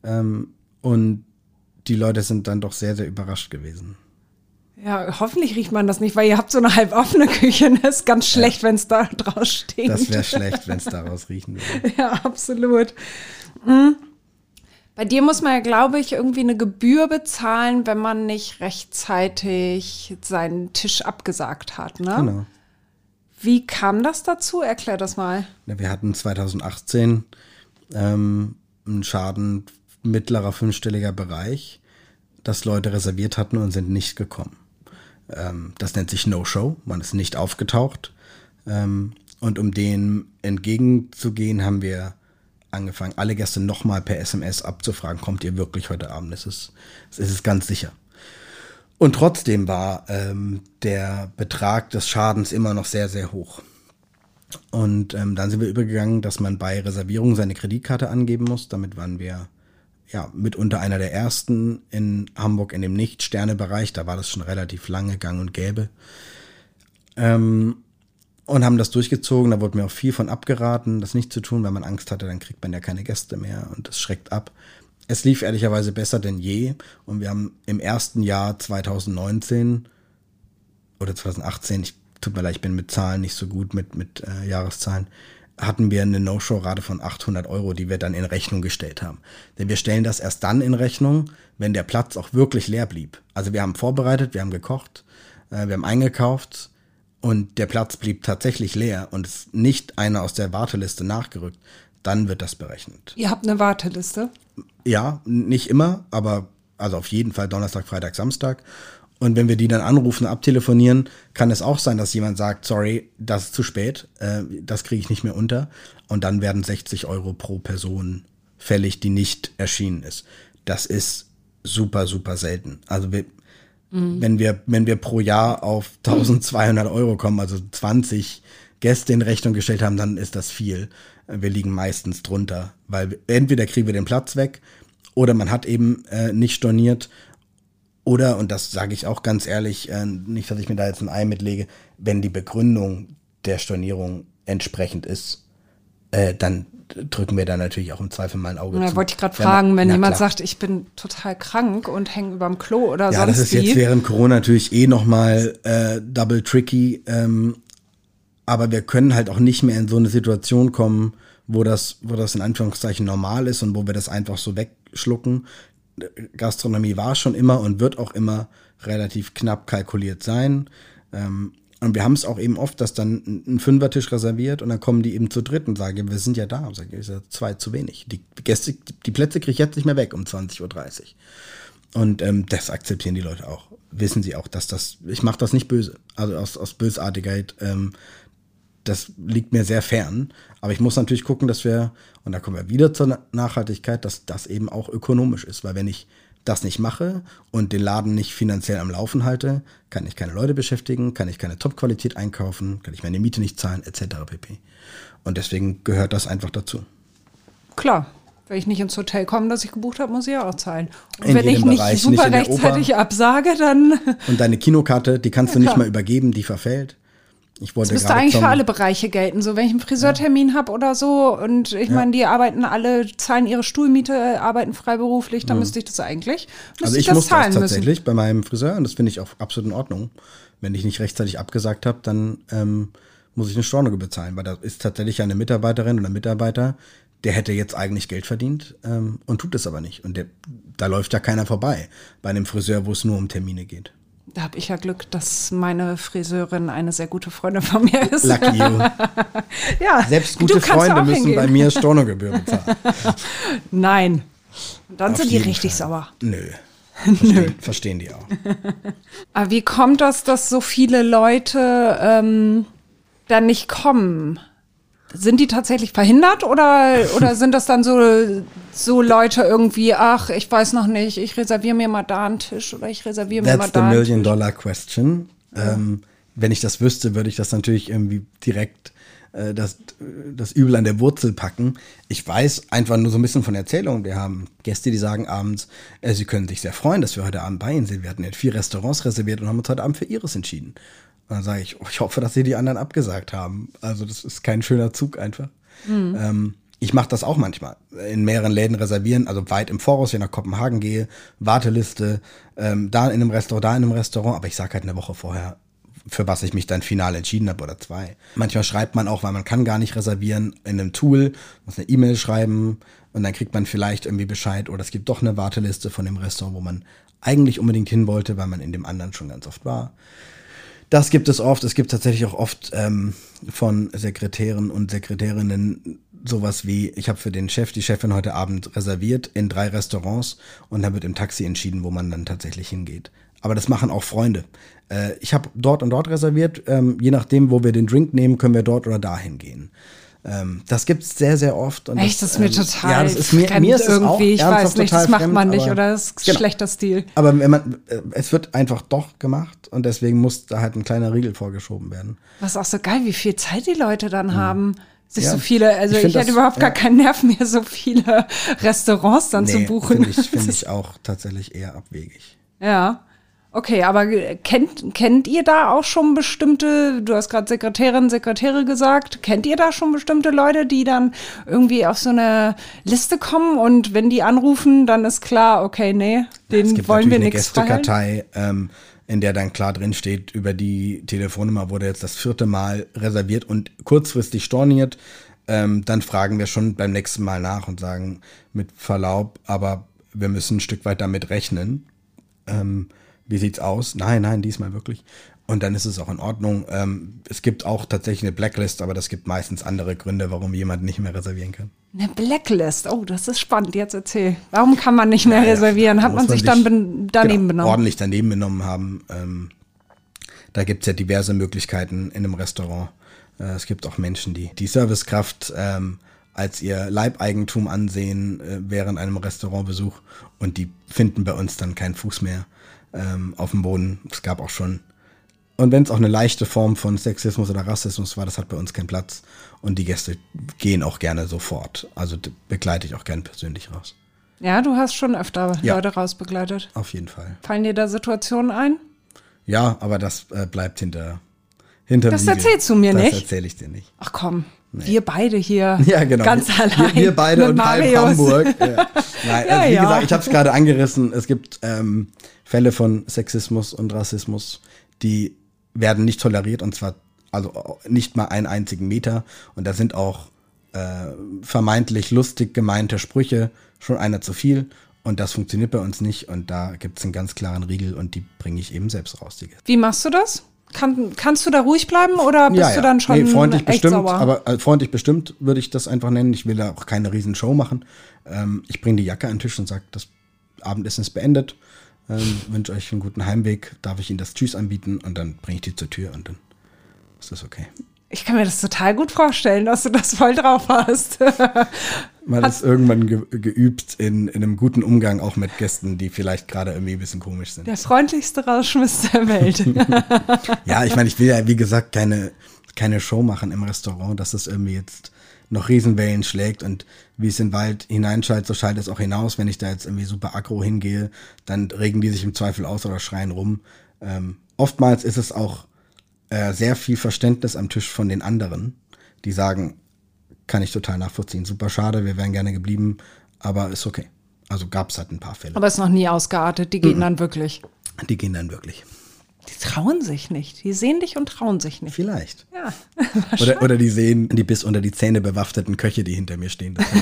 Ähm, und die Leute sind dann doch sehr, sehr überrascht gewesen. Ja, hoffentlich riecht man das nicht, weil ihr habt so eine halboffene Küche. Das ist ganz schlecht, ja. wenn es da draus stinkt. Das wäre schlecht, wenn es daraus riechen würde. Ja, absolut. Mhm. Bei dir muss man ja, glaube ich, irgendwie eine Gebühr bezahlen, wenn man nicht rechtzeitig seinen Tisch abgesagt hat, ne? Genau. Wie kam das dazu? Erklär das mal. Ja, wir hatten zwanzig achtzehn ähm, einen Schaden mittlerer fünfstelliger Bereich, dass Leute reserviert hatten und sind nicht gekommen. Ähm, das nennt sich No-Show, man ist nicht aufgetaucht. Ähm, und um dem entgegenzugehen, haben wir angefangen, alle Gäste nochmal per S M S abzufragen, kommt ihr wirklich heute Abend? Es ist, es ist ganz sicher. Und trotzdem war ähm, der Betrag des Schadens immer noch sehr, sehr hoch. Und ähm, dann sind wir übergegangen, dass man bei Reservierung seine Kreditkarte angeben muss. Damit waren wir ja mitunter einer der ersten in Hamburg in dem Nicht-Sterne-Bereich. Da war das schon relativ lange gang und gäbe. Ähm, und haben das durchgezogen. Da wurde mir auch viel von abgeraten, das nicht zu tun, weil man Angst hatte, dann kriegt man ja keine Gäste mehr und das schreckt ab. Es lief ehrlicherweise besser denn je und wir haben im ersten Jahr zwanzig neunzehn oder zwanzig achtzehn, ich tut mir leid, ich bin mit Zahlen nicht so gut, mit, mit äh, Jahreszahlen, hatten wir eine No-Show-Rate von achthundert Euro, die wir dann in Rechnung gestellt haben. Denn wir stellen das erst dann in Rechnung, wenn der Platz auch wirklich leer blieb. Also wir haben vorbereitet, wir haben gekocht, äh, wir haben eingekauft und der Platz blieb tatsächlich leer und ist nicht einer aus der Warteliste nachgerückt. Dann wird das berechnet. Ihr habt eine Warteliste? Ja, nicht immer, aber also auf jeden Fall Donnerstag, Freitag, Samstag. Und wenn wir die dann anrufen, abtelefonieren, kann es auch sein, dass jemand sagt, sorry, das ist zu spät, äh, das kriege ich nicht mehr unter. Und dann werden sechzig Euro pro Person fällig, die nicht erschienen ist. Das ist super, super selten. Also wir, mhm. wenn wir, wenn wir pro Jahr auf eintausendzweihundert Euro kommen, also zwanzig Gäste in Rechnung gestellt haben, dann ist das viel. Wir liegen meistens drunter, weil entweder kriegen wir den Platz weg oder man hat eben äh, nicht storniert oder, und das sage ich auch ganz ehrlich, äh, nicht, dass ich mir da jetzt ein Ei mitlege, wenn die Begründung der Stornierung entsprechend ist, äh, dann drücken wir da natürlich auch im Zweifel mal ein Auge da zu. wollte ich gerade fragen, wenn na, jemand klar. sagt, ich bin total krank und hänge überm Klo oder ja, sonst das ist wie. jetzt während Corona natürlich eh nochmal äh, double tricky, ähm, aber wir können halt auch nicht mehr in so eine Situation kommen, wo das, wo das in Anführungszeichen normal ist und wo wir das einfach so wegschlucken. Gastronomie war schon immer und wird auch immer relativ knapp kalkuliert sein. Ähm, und wir haben es auch eben oft, dass dann ein Fünfertisch reserviert und dann kommen die eben zu dritt und sagen, wir sind ja da. Und sagen, ist ja zwei zu wenig. Die Gäste, die Plätze kriege ich jetzt nicht mehr weg um zwanzig Uhr dreißig. Und ähm, das akzeptieren die Leute auch. Wissen sie auch, dass das, ich mache das nicht böse. Also aus, aus Bösartigkeit, ähm, das liegt mir sehr fern. Aber ich muss natürlich gucken, dass wir, und da kommen wir wieder zur Nachhaltigkeit, dass das eben auch ökonomisch ist. Weil wenn ich das nicht mache und den Laden nicht finanziell am Laufen halte, kann ich keine Leute beschäftigen, kann ich keine Top-Qualität einkaufen, kann ich meine Miete nicht zahlen, et cetera pp. Und deswegen gehört das einfach dazu. Klar. Wenn ich nicht ins Hotel komme, das ich gebucht habe, muss ich ja auch zahlen. Und in wenn ich nicht Bereich, super nicht rechtzeitig absage, dann... Und deine Kinokarte, die kannst ja, du nicht klar. mal übergeben, die verfällt. Ich wollte das müsste gerade eigentlich zum, für alle Bereiche gelten. So, wenn ich einen Friseurtermin ja. habe oder so und ich ja. meine, die arbeiten alle, zahlen ihre Stuhlmiete, arbeiten freiberuflich, dann mhm. müsste ich das eigentlich, müsste Also ich ich das muss zahlen das tatsächlich müssen. bei meinem Friseur und das finde ich auch absolut in Ordnung. Wenn ich nicht rechtzeitig abgesagt habe, dann ähm, muss ich eine Stornogebühr bezahlen, weil da ist tatsächlich eine Mitarbeiterin oder Mitarbeiter, der hätte jetzt eigentlich Geld verdient ähm, und tut es aber nicht. Und der, da läuft ja keiner vorbei bei einem Friseur, wo es nur um Termine geht. Da habe ich ja Glück, dass meine Friseurin eine sehr gute Freundin von mir ist. Lucky you. Ja, selbst gute Freunde müssen hingehen. Bei mir Stornogebühr bezahlen. Nein. Und dann Auf sind die jeden richtig Fall. sauer. Nö. Verstehen, verstehen die auch. Aber wie kommt das, dass so viele Leute ähm, dann nicht kommen? Sind die tatsächlich verhindert oder, oder sind das dann so, so Leute irgendwie, ach, ich weiß noch nicht, ich reserviere mir mal da einen Tisch oder ich reserviere mir That's mal da einen Tisch? That's the million dollar question. Ja. Ähm, wenn ich das wüsste, würde ich das natürlich irgendwie direkt äh, das, das Übel an der Wurzel packen. Ich weiß einfach nur so ein bisschen von Erzählungen. Wir haben Gäste, die sagen abends, äh, sie können sich sehr freuen, dass wir heute Abend bei ihnen sind. Wir hatten jetzt vier Restaurants reserviert und haben uns heute Abend für ihres entschieden. Und dann sage ich, oh, ich hoffe, dass sie die anderen abgesagt haben. Also das ist kein schöner Zug einfach. Mhm. Ähm, ich mache das auch manchmal. In mehreren Läden reservieren, also weit im Voraus, wenn ich nach Kopenhagen gehe, Warteliste, ähm, da in einem Restaurant, da in einem Restaurant, aber ich sage halt eine Woche vorher, für was ich mich dann final entschieden habe oder zwei. Manchmal schreibt man auch, weil man kann gar nicht reservieren, in einem Tool, muss eine E-Mail schreiben und dann kriegt man vielleicht irgendwie Bescheid oder es gibt doch eine Warteliste von dem Restaurant, wo man eigentlich unbedingt hin wollte, weil man in dem anderen schon ganz oft war. Das gibt es oft. Es gibt tatsächlich auch oft ähm, von Sekretären und Sekretärinnen sowas wie, ich habe für den Chef, die Chefin heute Abend reserviert in drei Restaurants und dann wird im Taxi entschieden, wo man dann tatsächlich hingeht. Aber das machen auch Freunde. Äh, ich habe dort und dort reserviert. Ähm, je nachdem, wo wir den Drink nehmen, können wir dort oder dahin gehen. Ähm, das gibt's sehr, sehr oft. Und Echt, das ist mir ähm, total ja, das ist mir, fremd mir ist es auch irgendwie. Ich weiß nicht, das macht fremd, man nicht aber, oder das ist genau. schlechter Stil. Aber wenn man, äh, es wird einfach doch gemacht und deswegen muss da halt ein kleiner Riegel vorgeschoben werden. Was ist auch so geil, wie viel Zeit die Leute dann mhm. haben. Sich Ja. so viele, also Ich ich, find hätte das- überhaupt gar ja. keinen Nerv mehr, so viele Restaurants dann zu buchen. Finde ich, find ich auch tatsächlich eher abwegig. Ja. Okay, aber kennt, kennt ihr da auch schon bestimmte, du hast gerade Sekretärin, Sekretäre gesagt, kennt ihr da schon bestimmte Leute, die dann irgendwie auf so eine Liste kommen und wenn die anrufen, dann ist klar, okay, nee, den Es gibt wollen wir natürlich eine nichts freihalten? Gästekartei, ähm, in der dann klar drin steht, über die Telefonnummer wurde jetzt das vierte Mal reserviert und kurzfristig storniert. Ähm, dann fragen wir schon beim nächsten Mal nach und sagen, mit Verlaub, aber wir müssen ein Stück weit damit rechnen. Ähm, wie sieht's aus? Nein, nein, diesmal wirklich. Und dann ist es auch in Ordnung. Ähm, es gibt auch tatsächlich eine Blacklist, aber das gibt meistens andere Gründe, warum jemand nicht mehr reservieren kann. Eine Blacklist, oh, das ist spannend, jetzt erzähl. Warum kann man nicht mehr Ja, ja, reservieren? da Hat muss man sich dann ben- daneben genau, benommen? ordentlich daneben benommen haben. Ähm, da gibt's ja diverse Möglichkeiten in einem Restaurant. Äh, es gibt auch Menschen, die die Servicekraft ähm, als ihr Leibeigentum ansehen äh, während einem Restaurantbesuch und die finden bei uns dann keinen Fuß mehr ähm, auf dem Boden. Es gab auch schon, und wenn es auch eine leichte Form von Sexismus oder Rassismus war, das hat bei uns keinen Platz und die Gäste gehen auch gerne sofort. Also d- begleite ich auch gerne persönlich raus. Ja, du hast schon öfter Ja. Leute rausbegleitet. Auf jeden Fall. Fallen dir da Situationen ein? Ja, aber das äh, bleibt hinter hinter Das Riegel. erzählst du mir das nicht? Das erzähle ich dir nicht. Ach komm, wir beide hier Ja, genau. ganz wir, allein. Wir, wir beide mit und halb Marius. Hamburg. Ja. Nein, Ja, also wie ja. gesagt, ich habe es gerade angerissen. Es gibt ähm, Fälle von Sexismus und Rassismus, die werden nicht toleriert und zwar also nicht mal einen einzigen Meter. Und da sind auch äh, vermeintlich lustig gemeinte Sprüche schon einer zu viel. Und das funktioniert bei uns nicht. Und da gibt es einen ganz klaren Riegel und die bringe ich eben selbst raus. Die Wie machst du das? Kann, kannst du da ruhig bleiben oder bist ja, ja. du dann schon nee, freundlich echt bestimmt, sauer? aber äh, freundlich bestimmt würde ich das einfach nennen. Ich will da auch keine riesen Show machen. Ähm, ich bringe die Jacke an den Tisch und sage, das Abendessen ist beendet. Ähm, wünsche euch einen guten Heimweg. Darf ich Ihnen das Tschüss anbieten? Und dann bringe ich die zur Tür und dann ist das okay. Ich kann mir das total gut vorstellen, dass du das voll drauf hast. Man ist irgendwann ge geübt in, in einem guten Umgang auch mit Gästen, die vielleicht gerade irgendwie ein bisschen komisch sind. Der freundlichste Rauschmiss der Welt. Ja, ich meine, ich will ja, wie gesagt, keine, keine Show machen im Restaurant, dass es irgendwie jetzt noch Riesenwellen schlägt und wie es in den Wald hineinschaltet, so schaltet es auch hinaus. Wenn ich da jetzt irgendwie super aggro hingehe, dann regen die sich im Zweifel aus oder schreien rum. Ähm, oftmals ist es auch äh, sehr viel Verständnis am Tisch von den anderen, die sagen, kann ich total nachvollziehen. Super schade, wir wären gerne geblieben, aber ist okay. Also gab es halt ein paar Fälle. Aber ist noch nie ausgeartet, die gehen mhm. dann wirklich. Die gehen dann wirklich. Die trauen sich nicht. Die sehen dich und trauen sich nicht. Vielleicht. Ja. Oder, oder die sehen die bis unter die Zähne bewaffneten Köche, die hinter mir stehen. Das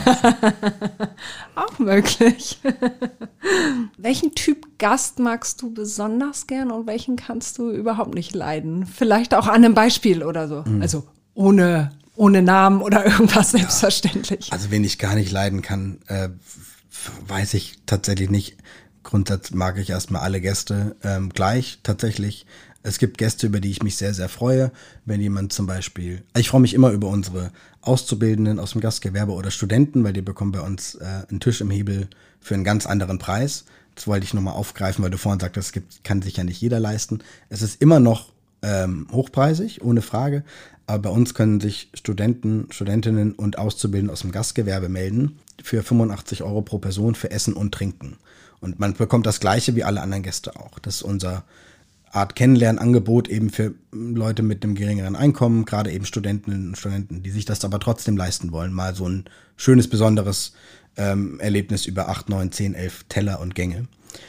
auch möglich. Welchen Typ Gast magst du besonders gern und welchen kannst du überhaupt nicht leiden? Vielleicht auch an einem Beispiel oder so. Mhm. Also ohne, ohne Namen oder irgendwas selbstverständlich. Also wen ich gar nicht leiden kann, äh, weiß ich tatsächlich nicht. Grundsatz mag ich erstmal alle Gäste ähm, gleich tatsächlich. Es gibt Gäste, über die ich mich sehr, sehr freue. Wenn jemand zum Beispiel, ich freue mich immer über unsere Auszubildenden aus dem Gastgewerbe oder Studenten, weil die bekommen bei uns äh, einen Tisch im Hebel für einen ganz anderen Preis. Das wollte ich nochmal aufgreifen, weil du vorhin sagtest, es gibt, kann sich ja nicht jeder leisten. Es ist immer noch ähm, hochpreisig, ohne Frage. Aber bei uns können sich Studenten, Studentinnen und Auszubildende aus dem Gastgewerbe melden für fünfundachtzig Euro pro Person für Essen und Trinken. Und man bekommt das Gleiche wie alle anderen Gäste auch. Das ist unser Art Kennenlernangebot eben für Leute mit einem geringeren Einkommen, gerade eben Studentinnen und Studenten, die sich das aber trotzdem leisten wollen, mal so ein schönes, besonderes ähm, Erlebnis über acht, neun, zehn, elf Teller und Gänge.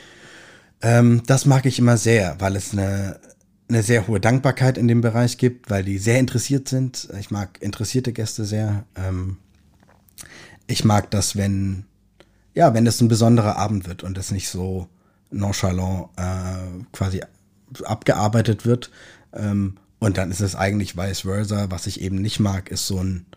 Ähm, das mag ich immer sehr, weil es eine, eine sehr hohe Dankbarkeit in dem Bereich gibt, weil die sehr interessiert sind. Ich mag interessierte Gäste sehr. Ähm, ich mag das, wenn, ja, wenn es ein besonderer Abend wird und es nicht so nonchalant äh, quasi abgearbeitet wird. Ähm, und dann ist es eigentlich vice versa. Was ich eben nicht mag, ist so ein,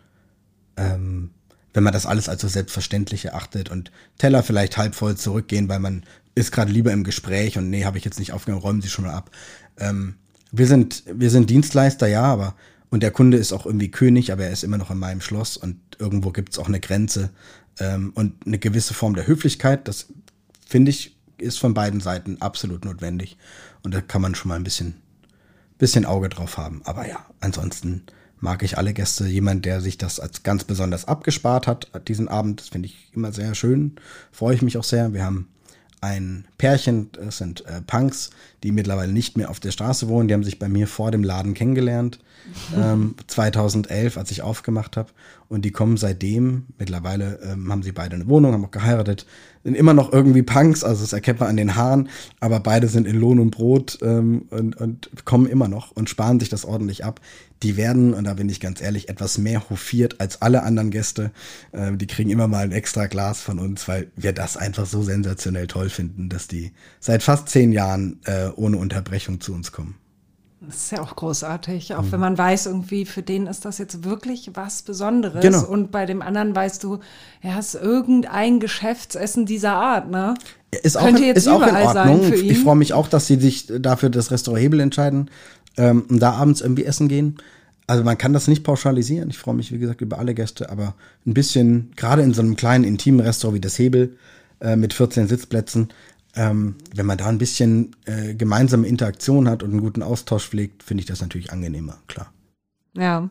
ähm, wenn man das alles als so selbstverständlich erachtet und Teller vielleicht halb voll zurückgehen, weil man ist gerade lieber im Gespräch und nee, habe ich jetzt nicht aufgenommen, räumen Sie schon mal ab. Ähm, wir sind, wir sind Dienstleister, ja, aber und der Kunde ist auch irgendwie König, aber er ist immer noch in meinem Schloss und irgendwo gibt es auch eine Grenze ähm, und eine gewisse Form der Höflichkeit, das finde ich, ist von beiden Seiten absolut notwendig und da kann man schon mal ein bisschen, bisschen Auge drauf haben. Aber ja, ansonsten mag ich alle Gäste. Jemand, der sich das als ganz besonders abgespart hat, diesen Abend, das finde ich immer sehr schön, freue ich mich auch sehr. Wir haben ein Pärchen, das sind äh, Punks, die mittlerweile nicht mehr auf der Straße wohnen. Die haben sich bei mir vor dem Laden kennengelernt, ähm, zweitausendelf, als ich aufgemacht habe. Und die kommen seitdem, mittlerweile ähm, haben sie beide eine Wohnung, haben auch geheiratet, sind immer noch irgendwie Punks, also das erkennt man an den Haaren, aber beide sind in Lohn und Brot ähm, und, und kommen immer noch und sparen sich das ordentlich ab. Die werden, und da bin ich ganz ehrlich, etwas mehr hofiert als alle anderen Gäste. Ähm, die kriegen immer mal ein extra Glas von uns, weil wir das einfach so sensationell toll finden, dass die seit fast zehn Jahren äh, ohne Unterbrechung zu uns kommen. Das ist ja auch großartig, auch mhm. wenn man weiß, irgendwie für den ist das jetzt wirklich was Besonderes. Genau. Und bei dem anderen weißt du, er ist irgendein Geschäftsessen dieser Art, ne? Ist auch, Könnte jetzt ist auch in überall Ordnung. sein für ihn. Ich freue mich auch, dass sie sich dafür das Restaurant Hebel entscheiden ähm, und da abends irgendwie essen gehen. Also man kann das nicht pauschalisieren. Ich freue mich, wie gesagt, über alle Gäste, aber ein bisschen, gerade in so einem kleinen, intimen Restaurant wie das Hebel äh, mit vierzehn Sitzplätzen, Ähm, wenn man da ein bisschen äh, gemeinsame Interaktion hat und einen guten Austausch pflegt, finde ich das natürlich angenehmer, klar. Ja.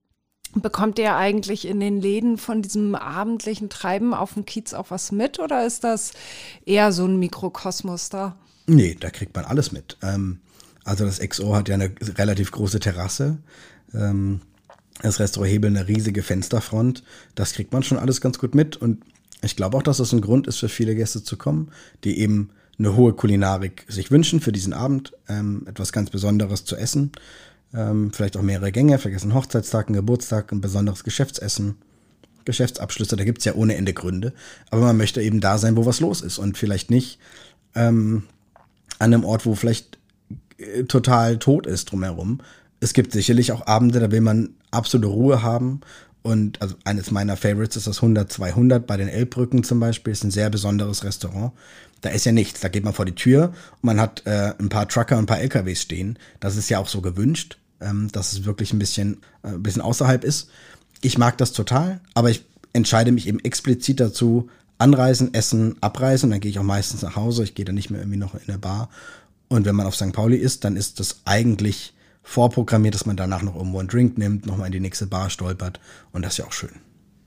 Bekommt ihr eigentlich in den Läden von diesem abendlichen Treiben auf dem Kiez auch was mit oder ist das eher so ein Mikrokosmos da? Nee, da kriegt man alles mit. Ähm, also das X O hat ja eine relativ große Terrasse. Ähm, das Restaurant Hebel eine riesige Fensterfront. Das kriegt man schon alles ganz gut mit und ich glaube auch, dass das ein Grund ist für viele Gäste zu kommen, die eben eine hohe Kulinarik sich wünschen für diesen Abend, ähm, etwas ganz Besonderes zu essen, ähm, vielleicht auch mehrere Gänge, vielleicht ist ein Hochzeitstag, ein Geburtstag, ein besonderes Geschäftsessen, Geschäftsabschlüsse, da gibt es ja ohne Ende Gründe, aber man möchte eben da sein, wo was los ist und vielleicht nicht ähm, an einem Ort, wo vielleicht äh, total tot ist drumherum. Es gibt sicherlich auch Abende, da will man absolute Ruhe haben. Und also eines meiner Favorites ist das hundert zweihundert bei den Elbbrücken zum Beispiel. Ist ein sehr besonderes Restaurant. Da ist ja nichts. Da geht man vor die Tür und man hat äh, ein paar Trucker und ein paar L K Ws stehen. Das ist ja auch so gewünscht, ähm, dass es wirklich ein bisschen, äh, ein bisschen außerhalb ist. Ich mag das total, aber ich entscheide mich eben explizit dazu, anreisen, essen, abreisen. Dann gehe ich auch meistens nach Hause. Ich gehe dann nicht mehr irgendwie noch in eine Bar. Und wenn man auf Sankt Pauli ist, dann ist das eigentlich vorprogrammiert, dass man danach noch irgendwo einen Drink nimmt, nochmal in die nächste Bar stolpert. Und das ist ja auch schön.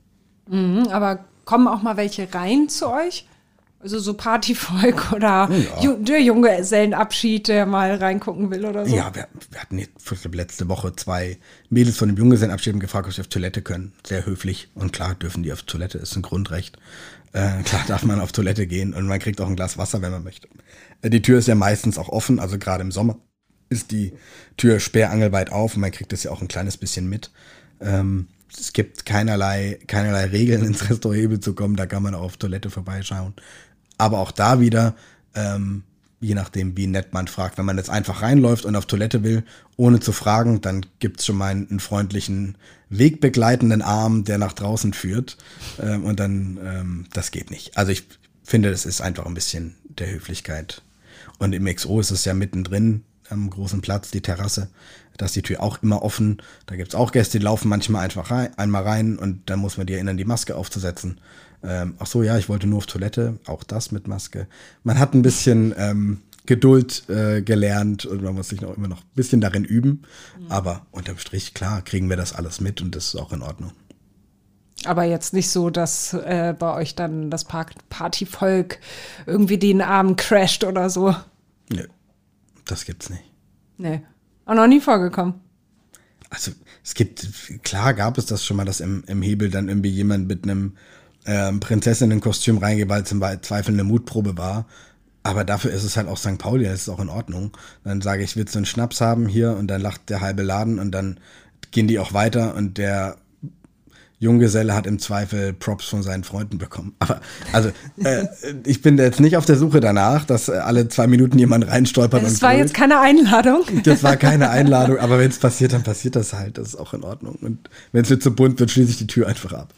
Mhm, aber kommen auch mal welche rein zu euch? Also so Partyvolk oder ja. Ju- der Junggesellenabschied, der mal reingucken will oder so? Ja, wir, wir hatten jetzt letzte Woche zwei Mädels von dem Junggesellenabschied gefragt, ob sie auf Toilette können. Sehr höflich. Und klar dürfen die auf Toilette, ist ein Grundrecht. Äh, klar darf man auf Toilette gehen und man kriegt auch ein Glas Wasser, wenn man möchte. Äh, die Tür ist ja meistens auch offen, also gerade im Sommer ist die Tür sperrangelweit auf und man kriegt das ja auch ein kleines bisschen mit. Ähm, es gibt keinerlei, keinerlei Regeln, ins Restaurant Hebel zu kommen, da kann man auch auf Toilette vorbeischauen. Aber auch da wieder, ähm, je nachdem, wie nett man fragt, wenn man jetzt einfach reinläuft und auf Toilette will, ohne zu fragen, dann gibt's schon mal einen freundlichen, wegbegleitenden Arm, der nach draußen führt. Ähm, und dann, ähm, das geht nicht. Also ich finde, das ist einfach ein bisschen der Höflichkeit. Und im X O ist es ja mittendrin, am großen Platz, die Terrasse, da ist die Tür auch immer offen. Da gibt's auch Gäste, die laufen manchmal einfach rein, einmal rein und dann muss man die erinnern, die Maske aufzusetzen. Ähm, ach so, ja, ich wollte nur auf Toilette, auch das mit Maske. Man hat ein bisschen ähm, Geduld äh, gelernt und man muss sich noch immer noch ein bisschen darin üben. Mhm. Aber unterm Strich, klar, kriegen wir das alles mit und das ist auch in Ordnung. Aber jetzt nicht so, dass äh, bei euch dann das Partyvolk irgendwie den Abend crasht oder so. Nö. Das gibt's nicht. Nee, auch noch nie vorgekommen. Also es gibt, klar gab es das schon mal, dass im, im Hebel dann irgendwie jemand mit einem ähm, Prinzessinnenkostüm reingeht, weil es im Zweifel eine Mutprobe war. Aber dafür ist es halt auch Sankt Pauli, das ist auch in Ordnung. Dann sage ich, willst du einen Schnaps haben hier? Und dann lacht der halbe Laden und dann gehen die auch weiter und der Junggeselle hat im Zweifel Props von seinen Freunden bekommen. Aber also äh, ich bin jetzt nicht auf der Suche danach, dass alle zwei Minuten jemand reinstolpert. Das war jetzt keine Einladung. Das war keine Einladung, aber wenn es passiert, dann passiert das halt. Das ist auch in Ordnung. Und wenn es mir zu bunt wird, schließe ich die Tür einfach ab.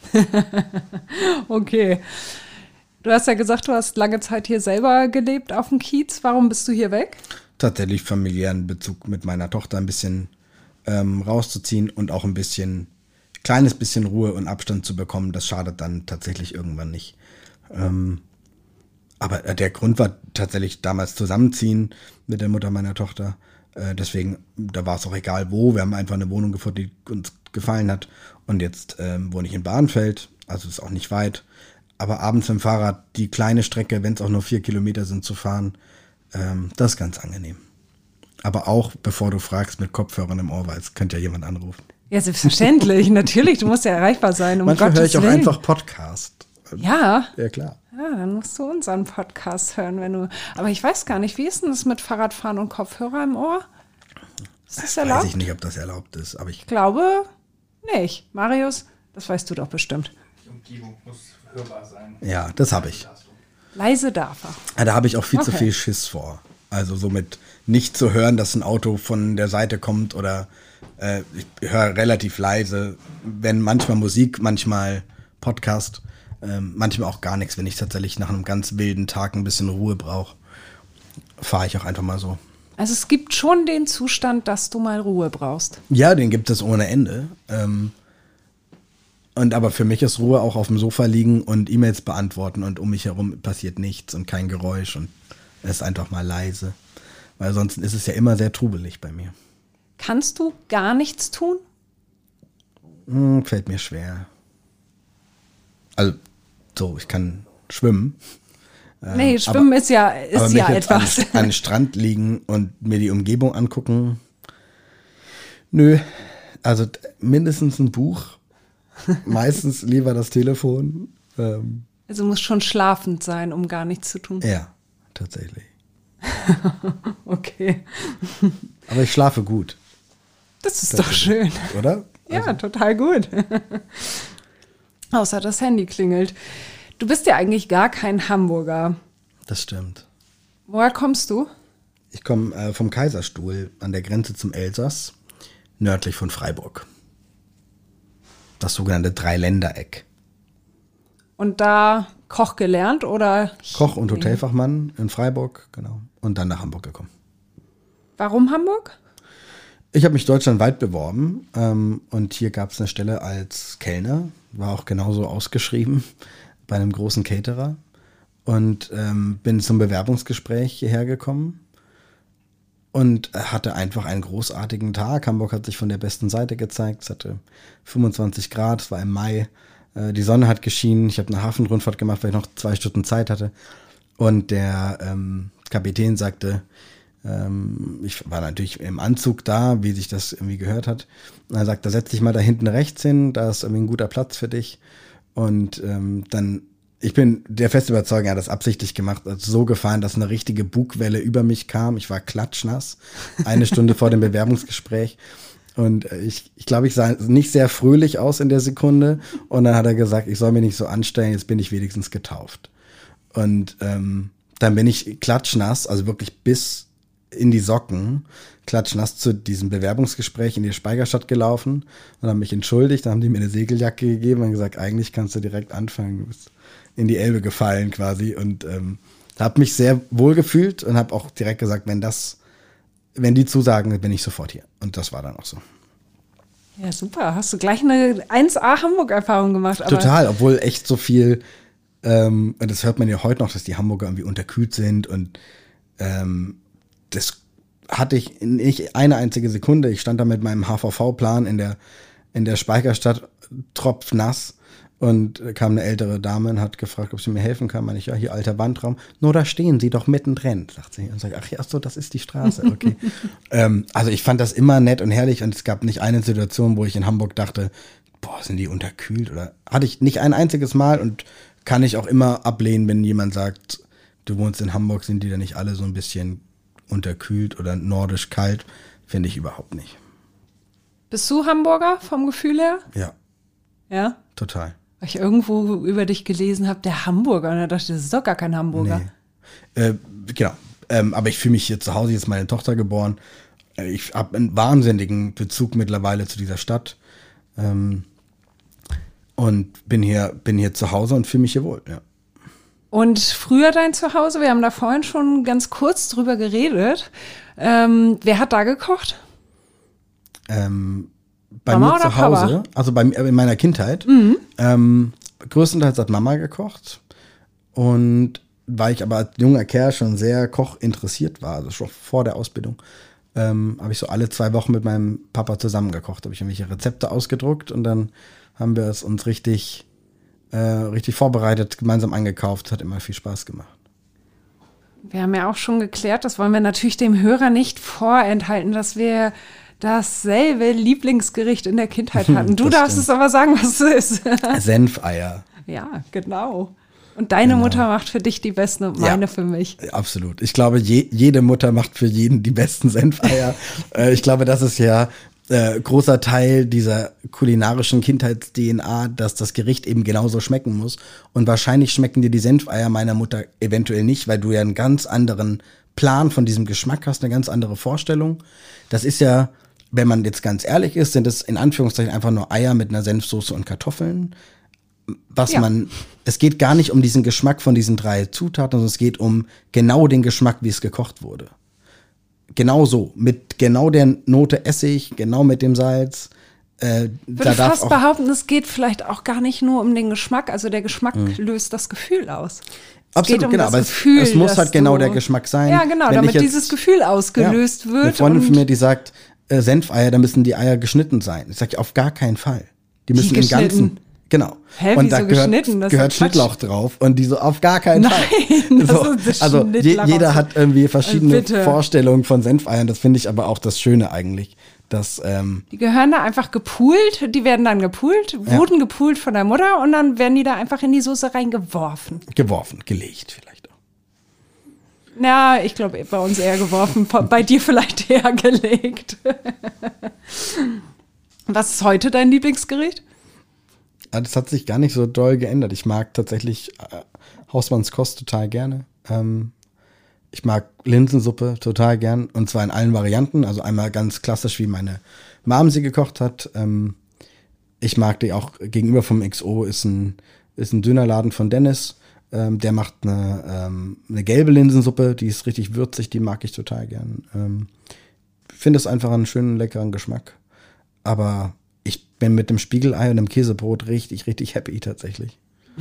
Okay. Du hast ja gesagt, du hast lange Zeit hier selber gelebt auf dem Kiez. Warum bist du hier weg? Tatsächlich familiären Bezug mit meiner Tochter ein bisschen ähm, rauszuziehen und auch ein bisschen kleines bisschen Ruhe und Abstand zu bekommen, das schadet dann tatsächlich irgendwann nicht. Ähm, aber der Grund war tatsächlich damals zusammenziehen mit der Mutter meiner Tochter. Äh, deswegen, da war es auch egal wo. Wir haben einfach eine Wohnung gefunden, die uns gefallen hat. Und jetzt ähm, wohne ich in Bahrenfeld, also ist auch nicht weit. Aber abends mit dem Fahrrad die kleine Strecke, wenn es auch nur vier Kilometer sind, zu fahren, ähm, das ist ganz angenehm. Aber auch, bevor du fragst, mit Kopfhörern im Ohr, weil es könnte ja jemand anrufen. Ja, selbstverständlich. Natürlich, du musst ja erreichbar sein. Um Manchmal höre ich auch Willen. einfach Podcast. Ja. Ja, klar. Ja, dann musst du unseren Podcast hören, wenn du. Aber ich weiß gar nicht, wie ist denn das mit Fahrradfahren und Kopfhörer im Ohr? Ist das, das erlaubt? Weiß ich nicht, ob das erlaubt ist, aber ich Ich glaube nicht. Marius, das weißt du doch bestimmt. Die Umgebung muss hörbar sein. Ja, das habe ich. Leise darf er. Ja, da habe ich auch viel Okay. zu viel Schiss vor. Also somit nicht zu hören, dass ein Auto von der Seite kommt oder äh, ich höre relativ leise, wenn manchmal Musik, manchmal Podcast, ähm, manchmal auch gar nichts. Wenn ich tatsächlich nach einem ganz wilden Tag ein bisschen Ruhe brauche, fahre ich auch einfach mal so. Also es gibt schon den Zustand, dass du mal Ruhe brauchst. Ja, den gibt es ohne Ende. Ähm, und aber für mich ist Ruhe auch auf dem Sofa liegen und E-Mails beantworten und um mich herum passiert nichts und kein Geräusch und es ist einfach mal leise. Weil sonst ist es ja immer sehr trubelig bei mir. Kannst du gar nichts tun? Hm, fällt mir schwer. Also, so, ich kann schwimmen. Nee, Schwimmen aber, ist ja, aber ist mich ja jetzt etwas. An, an den Strand liegen und mir die Umgebung angucken. Nö, also t- mindestens ein Buch. Meistens lieber das Telefon. Ähm, Also muss schon schlafend sein, um gar nichts zu tun. ja, tatsächlich. Okay. Aber ich schlafe gut, Das ist doch schön. oder? Ja, Also, total gut. Außer das Handy klingelt. Du bist ja eigentlich gar kein Hamburger. das stimmt. Woher kommst du? Ich komme äh, vom Kaiserstuhl an der Grenze zum Elsass, nördlich von Freiburg. Das sogenannte Dreiländereck. Und da Koch gelernt oder? Koch und Hotelfachmann in Freiburg, genau. Und dann nach Hamburg gekommen. Warum Hamburg? Ich habe mich deutschlandweit beworben ähm, und hier gab es eine Stelle als Kellner, war auch genauso ausgeschrieben bei einem großen Caterer und ähm, bin zum Bewerbungsgespräch hierher gekommen und hatte einfach einen großartigen Tag. Hamburg hat sich von der besten Seite gezeigt, es hatte fünfundzwanzig Grad, es war im Mai, äh, die Sonne hat geschienen, ich habe eine Hafenrundfahrt gemacht, weil ich noch zwei Stunden Zeit hatte und der ähm, Kapitän sagte, ähm, ich war natürlich im Anzug da, wie sich das irgendwie gehört hat. Und er sagte, setz dich mal da hinten rechts hin, da ist irgendwie ein guter Platz für dich. Und ähm, dann, ich bin der feste Überzeugung, er hat das absichtlich gemacht, hat so gefahren, dass eine richtige Bugwelle über mich kam. Ich war klatschnass, eine Stunde vor dem Bewerbungsgespräch. Und äh, ich, ich glaube, ich sah nicht sehr fröhlich aus in der Sekunde. Und dann hat er gesagt, ich soll mich nicht so anstellen, jetzt bin ich wenigstens getauft. Und ähm, dann bin ich klatschnass, also wirklich bis in die Socken, klatschnass zu diesem Bewerbungsgespräch in die Speicherstadt gelaufen und haben mich entschuldigt, dann haben die mir eine Segeljacke gegeben und gesagt, eigentlich kannst du direkt anfangen, du bist in die Elbe gefallen quasi und ähm, habe mich sehr wohl gefühlt und habe auch direkt gesagt, wenn das, wenn die zusagen, dann bin ich sofort hier und das war dann auch so. Ja, super. Hast du gleich eine eins A Hamburg-Erfahrung gemacht. Aber Total, obwohl echt so viel, ähm, und das hört man ja heute noch, dass die Hamburger irgendwie unterkühlt sind und ähm, das hatte ich nicht eine einzige Sekunde. Ich stand da mit meinem H V V-Plan in der, in der Speicherstadt, tropfnass Und kam eine ältere Dame und hat gefragt, ob sie mir helfen kann. Meine ich, ja, hier alter Wandraum. Nur da stehen sie doch mittendrin, sagt sie. Und sagt, ach ja, so, das ist die Straße, okay. ähm, also ich fand das immer nett und herrlich und es gab nicht eine Situation, wo ich in Hamburg dachte, boah, sind die unterkühlt oder hatte ich nicht ein einziges Mal und kann ich auch immer ablehnen, wenn jemand sagt, du wohnst in Hamburg, sind die da nicht alle so ein bisschen unterkühlt oder nordisch kalt, finde ich überhaupt nicht. Bist du Hamburger vom Gefühl her? Ja. Ja? Total. Weil ich irgendwo über dich gelesen habe, der Hamburger. Und da dachte ich, das ist doch gar kein Hamburger. Nee. Äh, genau. Ähm, aber ich fühle mich hier zu Hause, jetzt ist meine Tochter geboren. Äh, ich habe einen wahnsinnigen Bezug mittlerweile zu dieser Stadt. Ähm, und bin hier, bin hier zu Hause und fühle mich hier wohl, ja. Und früher dein Zuhause, wir haben da vorhin schon ganz kurz drüber geredet. Ähm, wer hat da gekocht? Ähm, bei Mama mir oder zu Hause, Papa? also bei mir in meiner Kindheit, Mhm. ähm, größtenteils hat Mama gekocht. Und weil ich aber als junger Kerl schon sehr kochinteressiert war, also schon vor der Ausbildung, ähm, habe ich so alle zwei Wochen mit meinem Papa zusammen gekocht. Habe ich irgendwelche Rezepte ausgedruckt und dann haben wir es uns richtig, äh, richtig vorbereitet, gemeinsam eingekauft. Hat immer viel Spaß gemacht. Wir haben ja auch schon geklärt, das wollen wir natürlich dem Hörer nicht vorenthalten, dass wir dasselbe Lieblingsgericht in der Kindheit hatten. Du Das darfst stimmt. es aber sagen, was es ist. Senfeier. Ja, genau. Und deine Genau. Mutter macht für dich die besten und meine Ja. für mich. Absolut. Ich glaube, je, jede Mutter macht für jeden die besten Senfeier. äh, ich glaube, das ist ja äh, großer Teil dieser kulinarischen Kindheits-D N A, dass das Gericht eben genauso schmecken muss. Und wahrscheinlich schmecken dir die Senfeier meiner Mutter eventuell nicht, weil du ja einen ganz anderen Plan von diesem Geschmack hast, eine ganz andere Vorstellung. Das ist ja, wenn man jetzt ganz ehrlich ist, sind es in Anführungszeichen einfach nur Eier mit einer Senfsoße und Kartoffeln. Was Ja. man, es geht gar nicht um diesen Geschmack von diesen drei Zutaten, sondern es geht um genau den Geschmack, wie es gekocht wurde. Genau so, mit genau der Note Essig, genau mit dem Salz. Äh, Ich da würde darf fast auch, behaupten, es geht vielleicht auch gar nicht nur um den Geschmack. Also der Geschmack löst das Gefühl aus. Es absolut, geht um genau, das aber es, Gefühl, es muss dass halt genau du- der Geschmack sein. Ja, genau, Wenn damit ich jetzt- dieses Gefühl ausgelöst ja, wird. Eine Freundin und von mir, die sagt, äh, Senfeier, da müssen die Eier geschnitten sein. Ich sage, auf gar keinen Fall. Die müssen im geschnitten? Ganzen. Genau. Hä, und wieso da gehört, geschnitten? Das ist gehört ja Quatsch. Schnittlauch drauf und die so auf gar keinen Nein, Fall. das So, ist das also je, Schnittlauch. jeder hat irgendwie verschiedene Also bitte. Vorstellungen von Senfeiern. Das finde ich aber auch das Schöne eigentlich, dass ähm, Die gehören da einfach gepoolt, die werden dann gepoolt, Ja. wurden gepoolt von der Mutter und dann werden die da einfach in die Soße reingeworfen. geworfen, gelegt vielleicht auch. Na, ich glaube bei uns eher geworfen, bei dir vielleicht eher gelegt. Was ist heute dein Lieblingsgericht? Ja, das hat sich gar nicht so doll geändert. Ich mag tatsächlich äh, Hausmannskost total gerne. Ähm, ich mag Linsensuppe total gern und zwar in allen Varianten. Also einmal ganz klassisch, wie meine Mom sie gekocht hat. Ähm, ich mag die auch gegenüber vom X O ist ein, ist ein Dönerladen von Dennis. Ähm, der macht eine, ähm, eine gelbe Linsensuppe, die ist richtig würzig, die mag ich total gern. Ähm, finde es einfach einen schönen, leckeren Geschmack. Aber ich bin mit dem Spiegelei und dem Käsebrot richtig, richtig happy tatsächlich.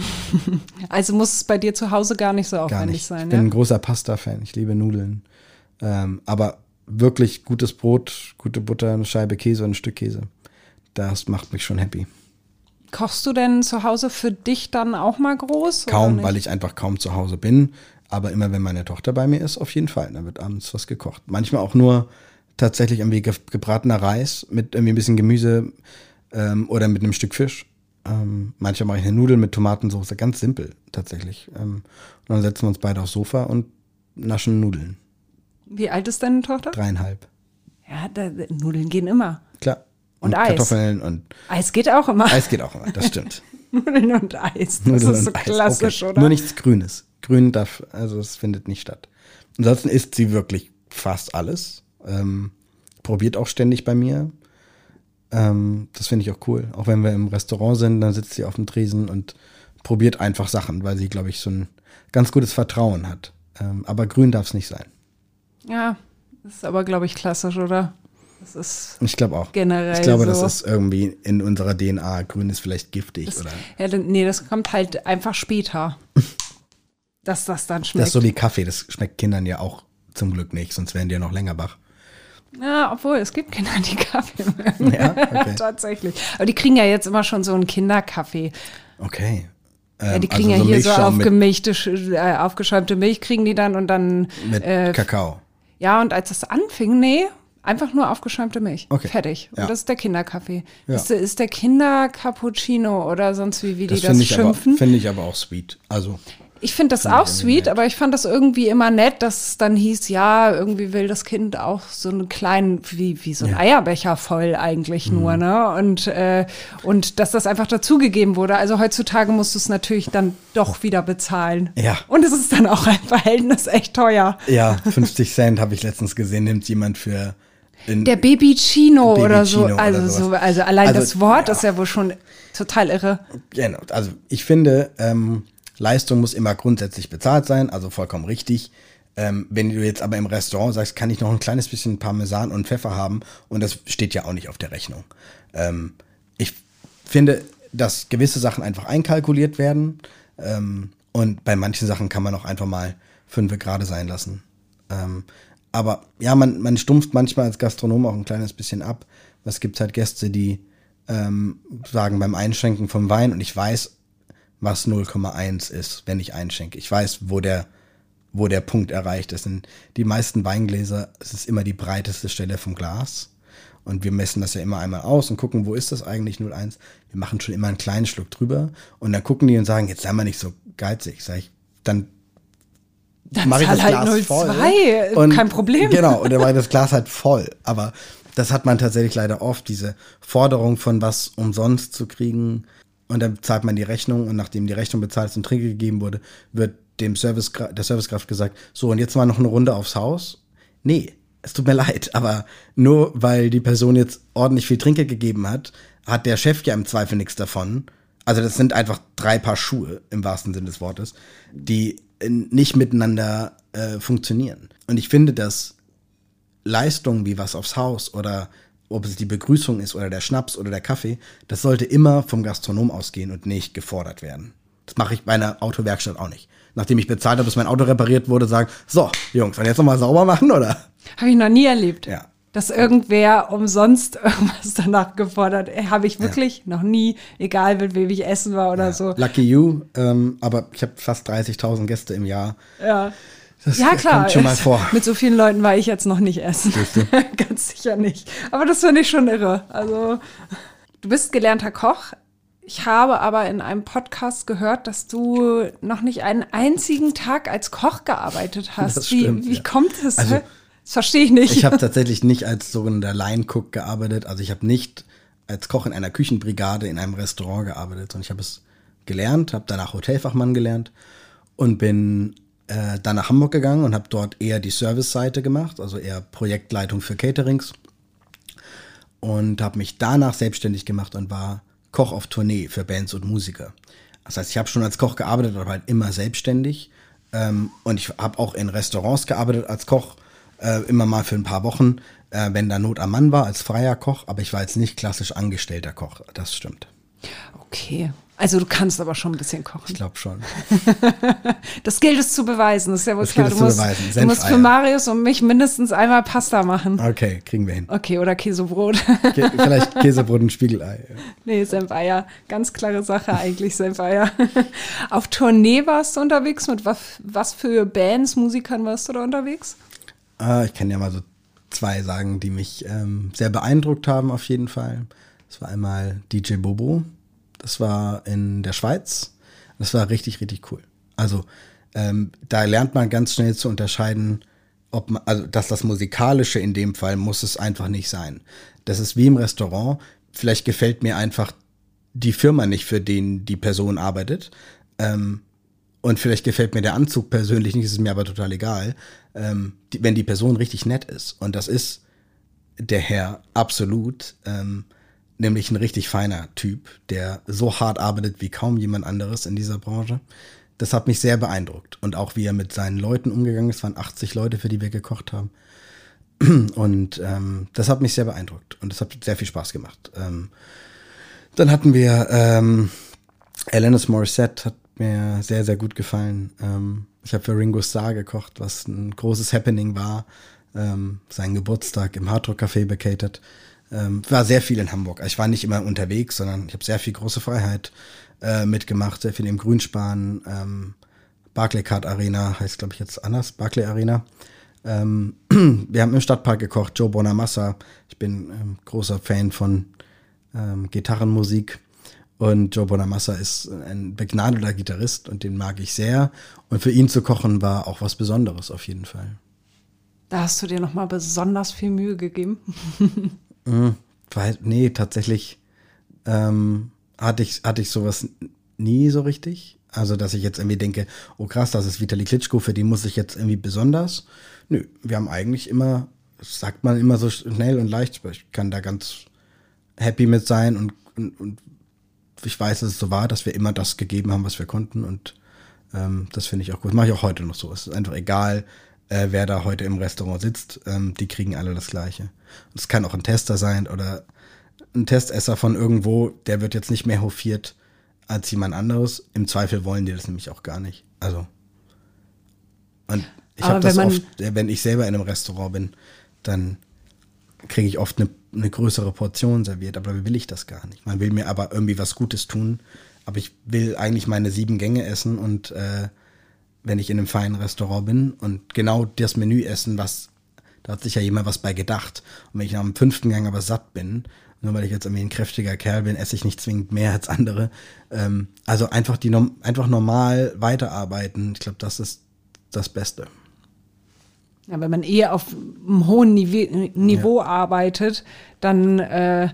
Also muss es bei dir zu Hause gar nicht so Gar aufwendig nicht. sein, Ich bin ja? ein großer Pasta-Fan. Ich liebe Nudeln. Ähm, aber wirklich gutes Brot, gute Butter, eine Scheibe Käse und ein Stück Käse. Das macht mich schon happy. Kochst du denn zu Hause für dich dann auch mal groß? oder Kaum, nicht? weil ich einfach kaum zu Hause bin. Aber immer, wenn meine Tochter bei mir ist, auf jeden Fall. Da wird abends was gekocht. Manchmal auch nur tatsächlich irgendwie ge gebratener Reis mit irgendwie ein bisschen Gemüse ähm, oder mit einem Stück Fisch. Ähm, manchmal mache ich eine Nudel mit Tomatensauce. Ganz simpel tatsächlich. Ähm, und dann setzen wir uns beide aufs Sofa und naschen Nudeln. Wie alt ist deine Tochter? Dreieinhalb. Ja, da, Nudeln gehen immer. Klar. Und Eis. Kartoffeln und Eis geht auch immer. Eis geht auch immer, das stimmt. Nudeln und Eis. Das Nudeln ist so und Eis, klassisch, okay. oder? Nur nichts Grünes. Grün darf, also es findet nicht statt. Ansonsten isst sie wirklich fast alles. Ähm, probiert auch ständig bei mir. Ähm, das finde ich auch cool. Auch wenn wir im Restaurant sind, dann sitzt sie auf dem Tresen und probiert einfach Sachen, weil sie, glaube ich, so ein ganz gutes Vertrauen hat. Ähm, aber grün darf es nicht sein. Ja, das ist aber, glaube ich, klassisch, oder? Das ist Ich glaube auch. generell Ich glaube, so. das ist irgendwie in unserer D N A. Grün ist vielleicht giftig, Das, oder? ja, dann- nee, das kommt halt einfach später. Dass das dann Das schmeckt. ist so wie Kaffee. Das schmeckt Kindern ja auch zum Glück nicht, sonst wären die ja noch länger wach. Ja, obwohl, es gibt Kinder, die Kaffee mögen. Ja, okay. Tatsächlich. Aber die kriegen ja jetzt immer schon so einen Kinderkaffee. Okay. Ja, die kriegen also ja hier so aufgemischte, äh, aufgeschäumte Milch kriegen die dann und dann mit äh, Kakao. Ja, und als das anfing, nee, einfach nur aufgeschäumte Milch. Okay. Fertig. Und ja. das ist der Kinderkaffee. Ja. Ist, ist der Kindercappuccino oder sonst wie, wie das die das schimpfen. Das finde ich aber auch sweet. Also ich finde das auch sweet, aber ich fand das irgendwie immer nett, dass es dann hieß, ja, irgendwie will das Kind auch so einen kleinen, wie, wie so ein ja. Eierbecher voll eigentlich mhm. nur, ne? Und, äh, und dass das einfach dazugegeben wurde. Also heutzutage musst du es natürlich dann doch wieder bezahlen. Ja. Und es ist dann auch ein Verhältnis echt teuer. Ja, fünfzig Cent habe ich letztens gesehen, nimmt jemand für in der Babychino oder so. Oder also, so, also allein also, das Wort ja. ist ja wohl schon total irre. Genau. Also ich finde, ähm, Leistung muss immer grundsätzlich bezahlt sein, also vollkommen richtig. Ähm, wenn du jetzt aber im Restaurant sagst, kann ich noch ein kleines bisschen Parmesan und Pfeffer haben und das steht ja auch nicht auf der Rechnung. Ähm, ich finde, dass gewisse Sachen einfach einkalkuliert werden ähm, und bei manchen Sachen kann man auch einfach mal fünfe gerade sein lassen. Ähm, aber ja, man, man stumpft manchmal als Gastronom auch ein kleines bisschen ab. Es gibt halt Gäste, die ähm, sagen beim Einschenken vom Wein und ich weiß, was null Komma eins ist, wenn ich einschenke. Ich weiß, wo der, wo der Punkt erreicht ist. In die meisten Weingläser, es ist immer die breiteste Stelle vom Glas. Und wir messen das ja immer einmal aus und gucken, wo ist das eigentlich null Komma eins. Wir machen schon immer einen kleinen Schluck drüber. Und dann gucken die und sagen, jetzt sei mal nicht so geizig. Sag ich, dann, dann mache ich das halt Glas null voll. Komma zwei, und, kein Problem. Genau, und dann mache ich das Glas halt voll. Aber das hat man tatsächlich leider oft, diese Forderung von was umsonst zu kriegen. Und dann zahlt man die Rechnung und nachdem die Rechnung bezahlt ist und Trinkgeld gegeben wurde, wird dem Service, der Servicekraft gesagt, so und jetzt mal noch eine Runde aufs Haus. Nee, es tut mir leid, aber nur weil die Person jetzt ordentlich viel Trinkgeld gegeben hat, hat der Chef ja im Zweifel nichts davon. Also das sind einfach drei Paar Schuhe, im wahrsten Sinne des Wortes, die nicht miteinander äh, funktionieren. Und ich finde, dass Leistungen wie was aufs Haus oder ob es die Begrüßung ist oder der Schnaps oder der Kaffee, das sollte immer vom Gastronom ausgehen und nicht gefordert werden. Das mache ich bei einer Autowerkstatt auch nicht. Nachdem ich bezahlt habe, dass mein Auto repariert wurde, sagen, so, Jungs, wollen wir jetzt nochmal sauber machen, oder? Habe ich noch nie erlebt. Ja. Dass irgendwer umsonst irgendwas danach gefordert. Habe ich wirklich ja. noch nie, egal mit wem ich essen war oder ja. so. Lucky you, ähm, aber ich habe fast dreißigtausend Gäste im Jahr. Ja. Das ja, klar. Kommt schon mal vor. Mit so vielen Leuten war ich jetzt noch nicht essen. Ganz sicher nicht. Aber das finde ich schon irre. Also, du bist gelernter Koch. Ich habe aber in einem Podcast gehört, dass du noch nicht einen einzigen Tag als Koch gearbeitet hast. Das stimmt, wie wie ja. kommt das? Also, das verstehe ich nicht. Ich habe tatsächlich nicht als sogenannter Line-Cook gearbeitet. Also ich habe nicht als Koch in einer Küchenbrigade in einem Restaurant gearbeitet, sondern ich habe es gelernt, habe danach Hotelfachmann gelernt und bin äh, dann nach Hamburg gegangen und habe dort eher die Service-Seite gemacht, also eher Projektleitung für Caterings und habe mich danach selbstständig gemacht und war Koch auf Tournee für Bands und Musiker. Das heißt, ich habe schon als Koch gearbeitet, aber halt immer selbstständig ähm, und ich habe auch in Restaurants gearbeitet als Koch, äh, immer mal für ein paar Wochen, äh, wenn da Not am Mann war, als freier Koch, aber ich war jetzt nicht klassisch angestellter Koch, das stimmt. Okay. Also du kannst aber schon ein bisschen kochen. Ich glaube schon. Das gilt es zu beweisen, das ist ja wohl das klar. Gilt du es musst, zu beweisen. du musst für Marius und mich mindestens einmal Pasta machen. Okay, kriegen wir hin. Okay, oder Käsebrot. Ke- vielleicht Käsebrot und Spiegelei. Ja. Nee, Senfeier. Ganz klare Sache eigentlich, Senfeier. Auf Tournee warst du unterwegs? Mit was, was für Bands, Musikern warst du da unterwegs? Äh, ich kann ja mal so zwei sagen, die mich ähm, sehr beeindruckt haben auf jeden Fall. Das war einmal D J Bobo. Das war in der Schweiz. Das war richtig, richtig cool. Also ähm, da lernt man ganz schnell zu unterscheiden, ob man, also dass das Musikalische in dem Fall muss es einfach nicht sein. Das ist wie im Restaurant. Vielleicht gefällt mir einfach die Firma nicht, für den die Person arbeitet. Ähm, und vielleicht gefällt mir der Anzug persönlich nicht, ist es mir aber total egal. Ähm, die, wenn die Person richtig nett ist. Und das ist der Herr absolut. Ähm, Nämlich ein richtig feiner Typ, der so hart arbeitet wie kaum jemand anderes in dieser Branche. Das hat mich sehr beeindruckt. Und auch wie er mit seinen Leuten umgegangen ist. Es waren achtzig Leute, für die wir gekocht haben. Und ähm, das hat mich sehr beeindruckt. Und das hat sehr viel Spaß gemacht. Ähm, dann hatten wir ähm, Alanis Morissette, hat mir sehr, sehr gut gefallen. Ähm, ich habe für Ringo Starr gekocht, was ein großes Happening war. Ähm, seinen Geburtstag im Hard Rock Café bekatert. Ähm, war sehr viel in Hamburg. Ich war nicht immer unterwegs, sondern ich habe sehr viel große Freiheit. äh, mitgemacht, sehr viel im Grünspan, ähm, Barclaycard Arena, heißt glaube ich jetzt anders, Barclay Arena. Ähm, wir haben im Stadtpark gekocht, Joe Bonamassa. Ich bin ähm, großer Fan von ähm, Gitarrenmusik. Und Joe Bonamassa ist ein begnadeter Gitarrist und den mag ich sehr. Und für ihn zu kochen war auch was Besonderes auf jeden Fall. Da hast du dir nochmal besonders viel Mühe gegeben. mhm, weil, nee, tatsächlich ähm, hatte ich, hatte ich sowas nie so richtig. Also, dass ich jetzt irgendwie denke, oh krass, das ist Vitali Klitschko, für den muss ich jetzt irgendwie besonders. Nö, wir haben eigentlich immer, das sagt man immer so schnell und leicht, ich kann da ganz happy mit sein und, und, und ich weiß, dass es so war, dass wir immer das gegeben haben, was wir konnten und ähm, das finde ich auch gut. Das mache ich auch heute noch so. Es ist einfach egal, äh, wer da heute im Restaurant sitzt, ähm, die kriegen alle das Gleiche. Es kann auch ein Tester sein oder ein Testesser von irgendwo, der wird jetzt nicht mehr hofiert als jemand anderes. Im Zweifel wollen die das nämlich auch gar nicht. Also und ich habe das oft, wenn ich selber in einem Restaurant bin, dann kriege ich oft eine, eine größere Portion serviert, aber will ich das gar nicht. Man will mir aber irgendwie was Gutes tun, aber ich will eigentlich meine sieben Gänge essen und äh, wenn ich in einem feinen Restaurant bin und genau das Menü essen, was, da hat sich ja jemand was bei gedacht. Und wenn ich am fünften Gang aber satt bin, nur weil ich jetzt irgendwie ein kräftiger Kerl bin, esse ich nicht zwingend mehr als andere. Ähm, also einfach die einfach normal weiterarbeiten, ich glaube, das ist das Beste. Ja, wenn man eher auf einem hohen Niveau, Niveau ja. arbeitet, dann äh,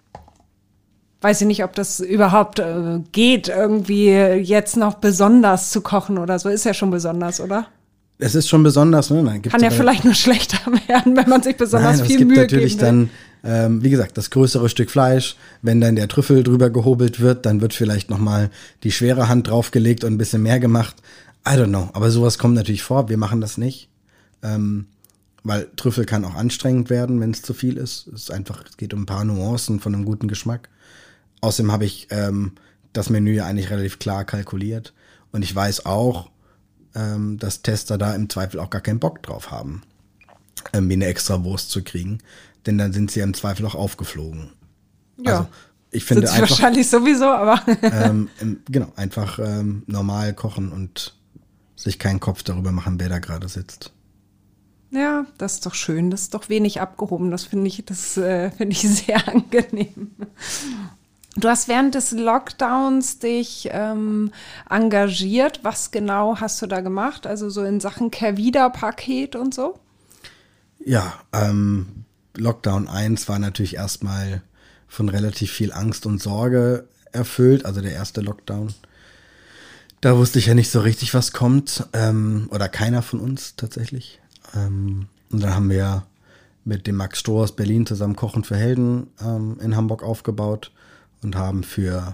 weiß ich nicht, ob das überhaupt äh, geht, irgendwie jetzt noch besonders zu kochen oder so. Ist ja schon besonders, oder? Es ist schon besonders, ne? Nein, kann ja vielleicht nur schlechter werden, wenn man sich besonders Nein, viel Mühe gibt. Es gibt natürlich dann, ähm, wie gesagt, das größere Stück Fleisch. Wenn dann der Trüffel drüber gehobelt wird, dann wird vielleicht nochmal die schwere Hand draufgelegt und ein bisschen mehr gemacht. I don't know, aber sowas kommt natürlich vor. Wir machen das nicht. Ähm, weil Trüffel kann auch anstrengend werden, wenn es zu viel ist. Es ist einfach, es geht um ein paar Nuancen von einem guten Geschmack. Außerdem habe ich ähm, das Menü ja eigentlich relativ klar kalkuliert. Und ich weiß auch, ähm, dass Tester da im Zweifel auch gar keinen Bock drauf haben, ähm, wie eine extra Wurst zu kriegen. Denn dann sind sie ja im Zweifel auch aufgeflogen. Ja, also, ich finde sind sie einfach, wahrscheinlich sowieso, aber ähm, genau, einfach ähm, normal kochen und sich keinen Kopf darüber machen, wer da gerade sitzt. Ja, das ist doch schön. Das ist doch wenig abgehoben. Das finde ich, das äh, finde ich sehr angenehm. Du hast während des Lockdowns dich ähm, engagiert. Was genau hast du da gemacht? Also so in Sachen Care-Wieder-Paket und so? Ja, ähm, Lockdown eins war natürlich erstmal von relativ viel Angst und Sorge erfüllt. Also der erste Lockdown. Da wusste ich ja nicht so richtig, was kommt. Ähm, oder keiner von uns tatsächlich. Ähm, und dann haben wir mit dem Max Stroh aus Berlin zusammen Kochen für Helden ähm, in Hamburg aufgebaut und haben für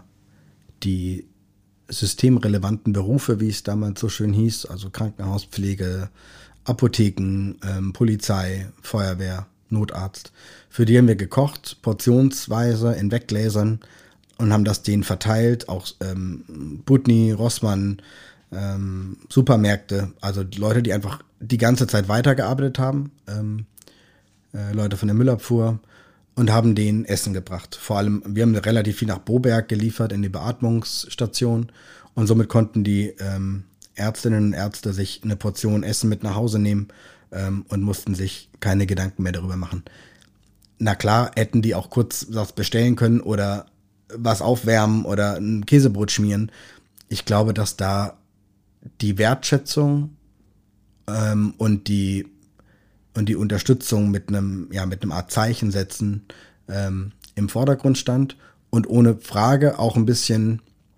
die systemrelevanten Berufe, wie es damals so schön hieß, also Krankenhauspflege, Apotheken, ähm, Polizei, Feuerwehr, Notarzt, für die haben wir gekocht, portionsweise in Weggläsern und haben das denen verteilt, auch ähm, Butni, Rossmann, ähm, Supermärkte, also Leute, die einfach die ganze Zeit weitergearbeitet haben, ähm, äh, Leute von der Müllabfuhr und haben denen Essen gebracht. Vor allem, wir haben relativ viel nach Boberg geliefert in die Beatmungsstation und somit konnten die ähm, Ärztinnen und Ärzte sich eine Portion Essen mit nach Hause nehmen ähm, und mussten sich keine Gedanken mehr darüber machen. Na klar, hätten die auch kurz was bestellen können oder was aufwärmen oder ein Käsebrot schmieren. Ich glaube, dass da die Wertschätzung ähm, und die und die Unterstützung mit einem ja mit einem Art Zeichen setzen ähm, im Vordergrund stand und ohne Frage auch ein bisschen,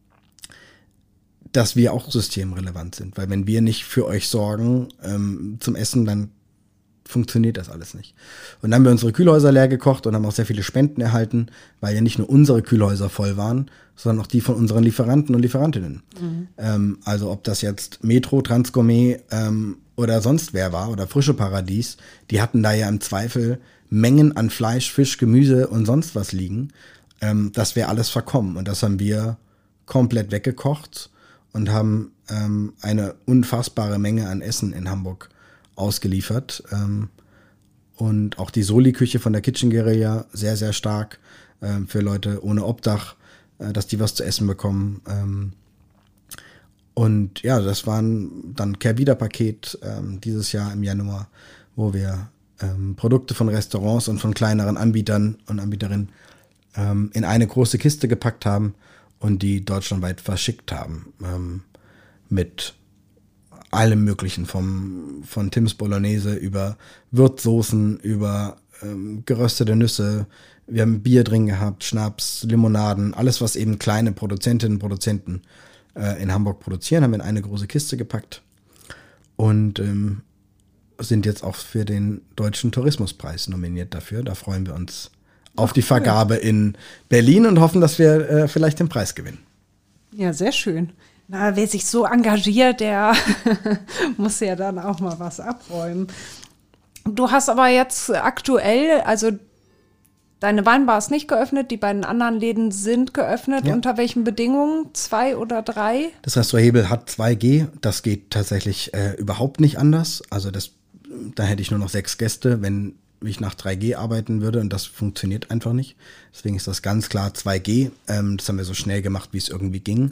dass wir auch systemrelevant sind, weil wenn wir nicht für euch sorgen ähm, zum Essen, dann funktioniert das alles nicht. Und dann haben wir unsere Kühlhäuser leer gekocht und haben auch sehr viele Spenden erhalten, weil ja nicht nur unsere Kühlhäuser voll waren, sondern auch die von unseren Lieferanten und Lieferantinnen. Mhm. Ähm, also ob das jetzt Metro, Transgourmet ähm, oder sonst wer war oder Frische Paradies, die hatten da ja im Zweifel Mengen an Fleisch, Fisch, Gemüse und sonst was liegen. Ähm, das wäre alles verkommen und das haben wir komplett weggekocht und haben ähm, eine unfassbare Menge an Essen in Hamburg ausgeliefert. Ähm, und auch die Soli-Küche von der Kitchen Guerilla sehr, sehr stark ähm, für Leute ohne Obdach. äh, dass die was zu essen bekommen. Ähm, und ja, das waren dann Kehrwieder-Paket ähm, dieses Jahr im Januar, wo wir ähm, Produkte von Restaurants und von kleineren Anbietern und Anbieterinnen ähm, in eine große Kiste gepackt haben und die deutschlandweit verschickt haben. Ähm, mit allem Möglichen, vom, von Tim's Bolognese über Würzsoßen, über ähm, geröstete Nüsse. Wir haben Bier drin gehabt, Schnaps, Limonaden, alles, was eben kleine Produzentinnen und Produzenten äh, in Hamburg produzieren, haben wir in eine große Kiste gepackt und ähm, sind jetzt auch für den Deutschen Tourismuspreis nominiert dafür. Da freuen wir uns auf die Vergabe in Berlin und hoffen, dass wir äh, vielleicht den Preis gewinnen. Ja, sehr schön. Na, wer sich so engagiert, der muss ja dann auch mal was abräumen. Du hast aber jetzt aktuell, also deine Weinbar ist nicht geöffnet, die beiden anderen Läden sind geöffnet. Ja. Unter welchen Bedingungen? Zwei oder drei? Das Restaurant Hebel hat zwei G. Das geht tatsächlich äh, überhaupt nicht anders. Also das, da hätte ich nur noch sechs Gäste, wenn ich nach drei G arbeiten würde, und das funktioniert einfach nicht. Deswegen ist das ganz klar zwei G. Ähm, das haben wir so schnell gemacht, wie es irgendwie ging.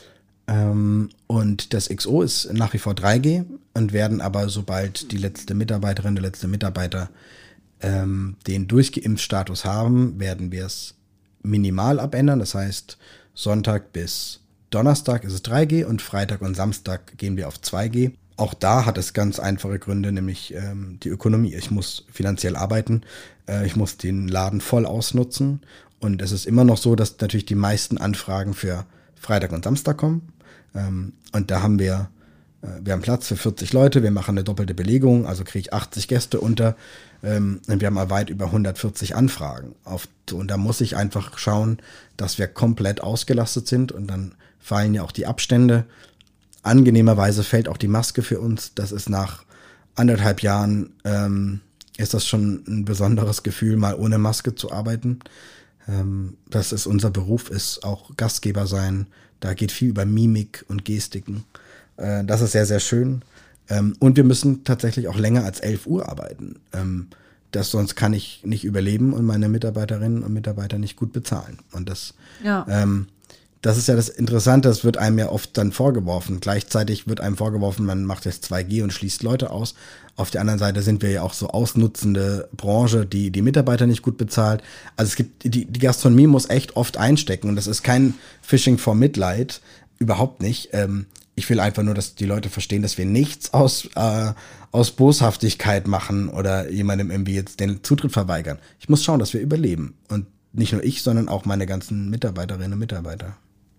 Ähm, und das X O ist nach wie vor drei G und werden aber, sobald die letzte Mitarbeiterin, der letzte Mitarbeiter ähm, den Durchgeimpft-Status haben, werden wir es minimal abändern. Das heißt, Sonntag bis Donnerstag ist es drei G und Freitag und Samstag gehen wir auf zwei G. Auch da hat es ganz einfache Gründe, nämlich ähm, die Ökonomie. Ich muss finanziell arbeiten, äh, ich muss den Laden voll ausnutzen, und es ist immer noch so, dass natürlich die meisten Anfragen für Freitag und Samstag kommen. Ähm, und da haben wir, äh, wir haben Platz für vierzig Leute, wir machen eine doppelte Belegung, also kriege ich achtzig Gäste unter, ähm, und wir haben mal weit über hundertvierzig Anfragen. Auf, und da muss ich einfach schauen, dass wir komplett ausgelastet sind, und dann fallen ja auch die Abstände. Angenehmerweise fällt auch die Maske für uns. Das ist nach anderthalb Jahren, ähm, ist das schon ein besonderes Gefühl, mal ohne Maske zu arbeiten. Ähm, das ist unser Beruf, ist auch Gastgeber sein. Da geht viel über Mimik und Gestiken. Äh, das ist sehr, sehr schön. Ähm, und wir müssen tatsächlich auch länger als elf Uhr arbeiten. Ähm, das, sonst kann ich nicht überleben und meine Mitarbeiterinnen und Mitarbeiter nicht gut bezahlen. Und das, Ja. ähm, das ist ja das Interessante, das wird einem ja oft dann vorgeworfen. Gleichzeitig wird einem vorgeworfen, man macht jetzt zwei G und schließt Leute aus. Auf der anderen Seite sind wir ja auch so ausnutzende Branche, die die Mitarbeiter nicht gut bezahlt. Also es gibt, die, die Gastronomie muss echt oft einstecken, und das ist kein Fishing for Mitleid, überhaupt nicht. Ähm, ich will einfach nur, dass die Leute verstehen, dass wir nichts aus, äh, aus Boshaftigkeit machen oder jemandem irgendwie jetzt den Zutritt verweigern. Ich muss schauen, dass wir überleben. Und nicht nur ich, sondern auch meine ganzen Mitarbeiterinnen und Mitarbeiter.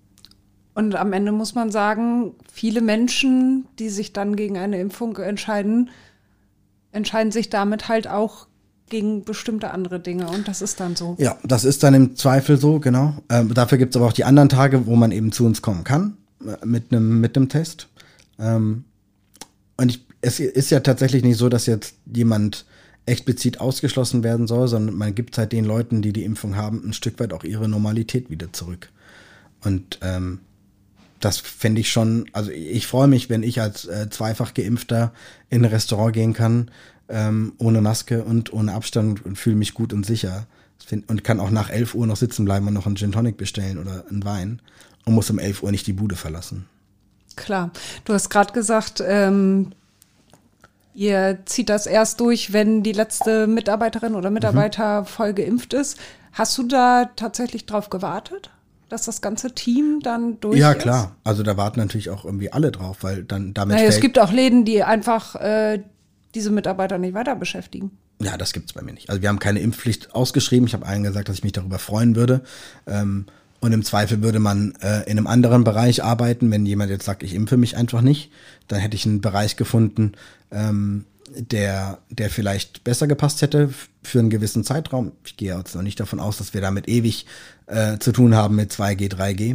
Und am Ende muss man sagen, viele Menschen, die sich dann gegen eine Impfung entscheiden, entscheiden sich damit halt auch gegen bestimmte andere Dinge. Und das ist dann so. Ja, das ist dann im Zweifel so, genau. Ähm, dafür gibt es aber auch die anderen Tage, wo man eben zu uns kommen kann, äh, mit einem mit einem Test. Ähm, und ich, es ist ja tatsächlich nicht so, dass jetzt jemand explizit ausgeschlossen werden soll, sondern man gibt halt den Leuten, die die Impfung haben, ein Stück weit auch ihre Normalität wieder zurück. Und ähm, das fände ich schon, also ich freue mich, wenn ich als äh, zweifach Geimpfter in ein Restaurant gehen kann, ähm, ohne Maske und ohne Abstand, und fühle mich gut und sicher. Und kann auch nach elf Uhr noch sitzen bleiben und noch einen Gin Tonic bestellen oder einen Wein und muss um elf Uhr nicht die Bude verlassen. Klar. Du hast gerade gesagt, ähm, ihr zieht das erst durch, wenn die letzte Mitarbeiterin oder Mitarbeiter mhm. voll geimpft ist. Hast du da tatsächlich drauf gewartet, dass das ganze Team dann durch ja, ist? Ja, klar. Also da warten natürlich auch irgendwie alle drauf, weil dann damit naja, es gibt auch Läden, die einfach äh, diese Mitarbeiter nicht weiter beschäftigen. Ja, das gibt's bei mir nicht. Also wir haben keine Impfpflicht ausgeschrieben. Ich habe allen gesagt, dass ich mich darüber freuen würde. Ähm, und im Zweifel würde man äh, in einem anderen Bereich arbeiten. Wenn jemand jetzt sagt, ich impfe mich einfach nicht, dann hätte ich einen Bereich gefunden, ähm, der, der vielleicht besser gepasst hätte für einen gewissen Zeitraum. Ich gehe jetzt noch nicht davon aus, dass wir damit ewig äh, zu tun haben mit zwei G, drei G.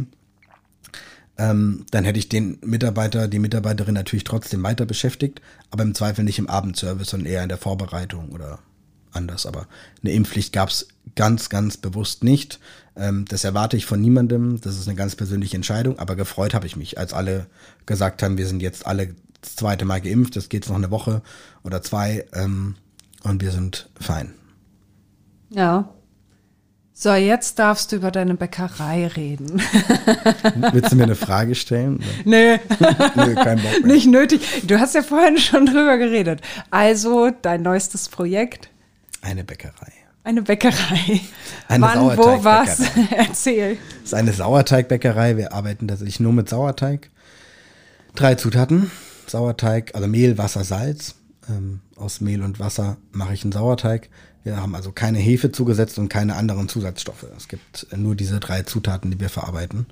Ähm, dann hätte ich den Mitarbeiter, die Mitarbeiterin natürlich trotzdem weiter beschäftigt, aber im Zweifel nicht im Abendservice, sondern eher in der Vorbereitung oder anders. Aber eine Impfpflicht gab es ganz, ganz bewusst nicht. Ähm, das erwarte ich von niemandem. Das ist eine ganz persönliche Entscheidung. Aber gefreut habe ich mich, als alle gesagt haben, wir sind jetzt alle das zweite Mal geimpft. Das geht noch eine Woche oder zwei ähm, und wir sind fein. Ja, So, jetzt darfst du über deine Bäckerei reden. Willst du mir eine Frage stellen? Nee. Nö, kein Bock mehr. Nicht nötig. Du hast ja vorhin schon drüber geredet. Also, dein neuestes Projekt? Eine Bäckerei. Eine Bäckerei. Eine Wann, wo, was? Sauerteigbäckerei. Erzähl. Es ist eine Sauerteigbäckerei. Wir arbeiten tatsächlich nur mit Sauerteig. Drei Zutaten. Sauerteig, also Mehl, Wasser, Salz. Ähm, aus Mehl und Wasser mache ich einen Sauerteig. Wir haben also keine Hefe zugesetzt und keine anderen Zusatzstoffe. Es gibt nur diese drei Zutaten, die wir verarbeiten.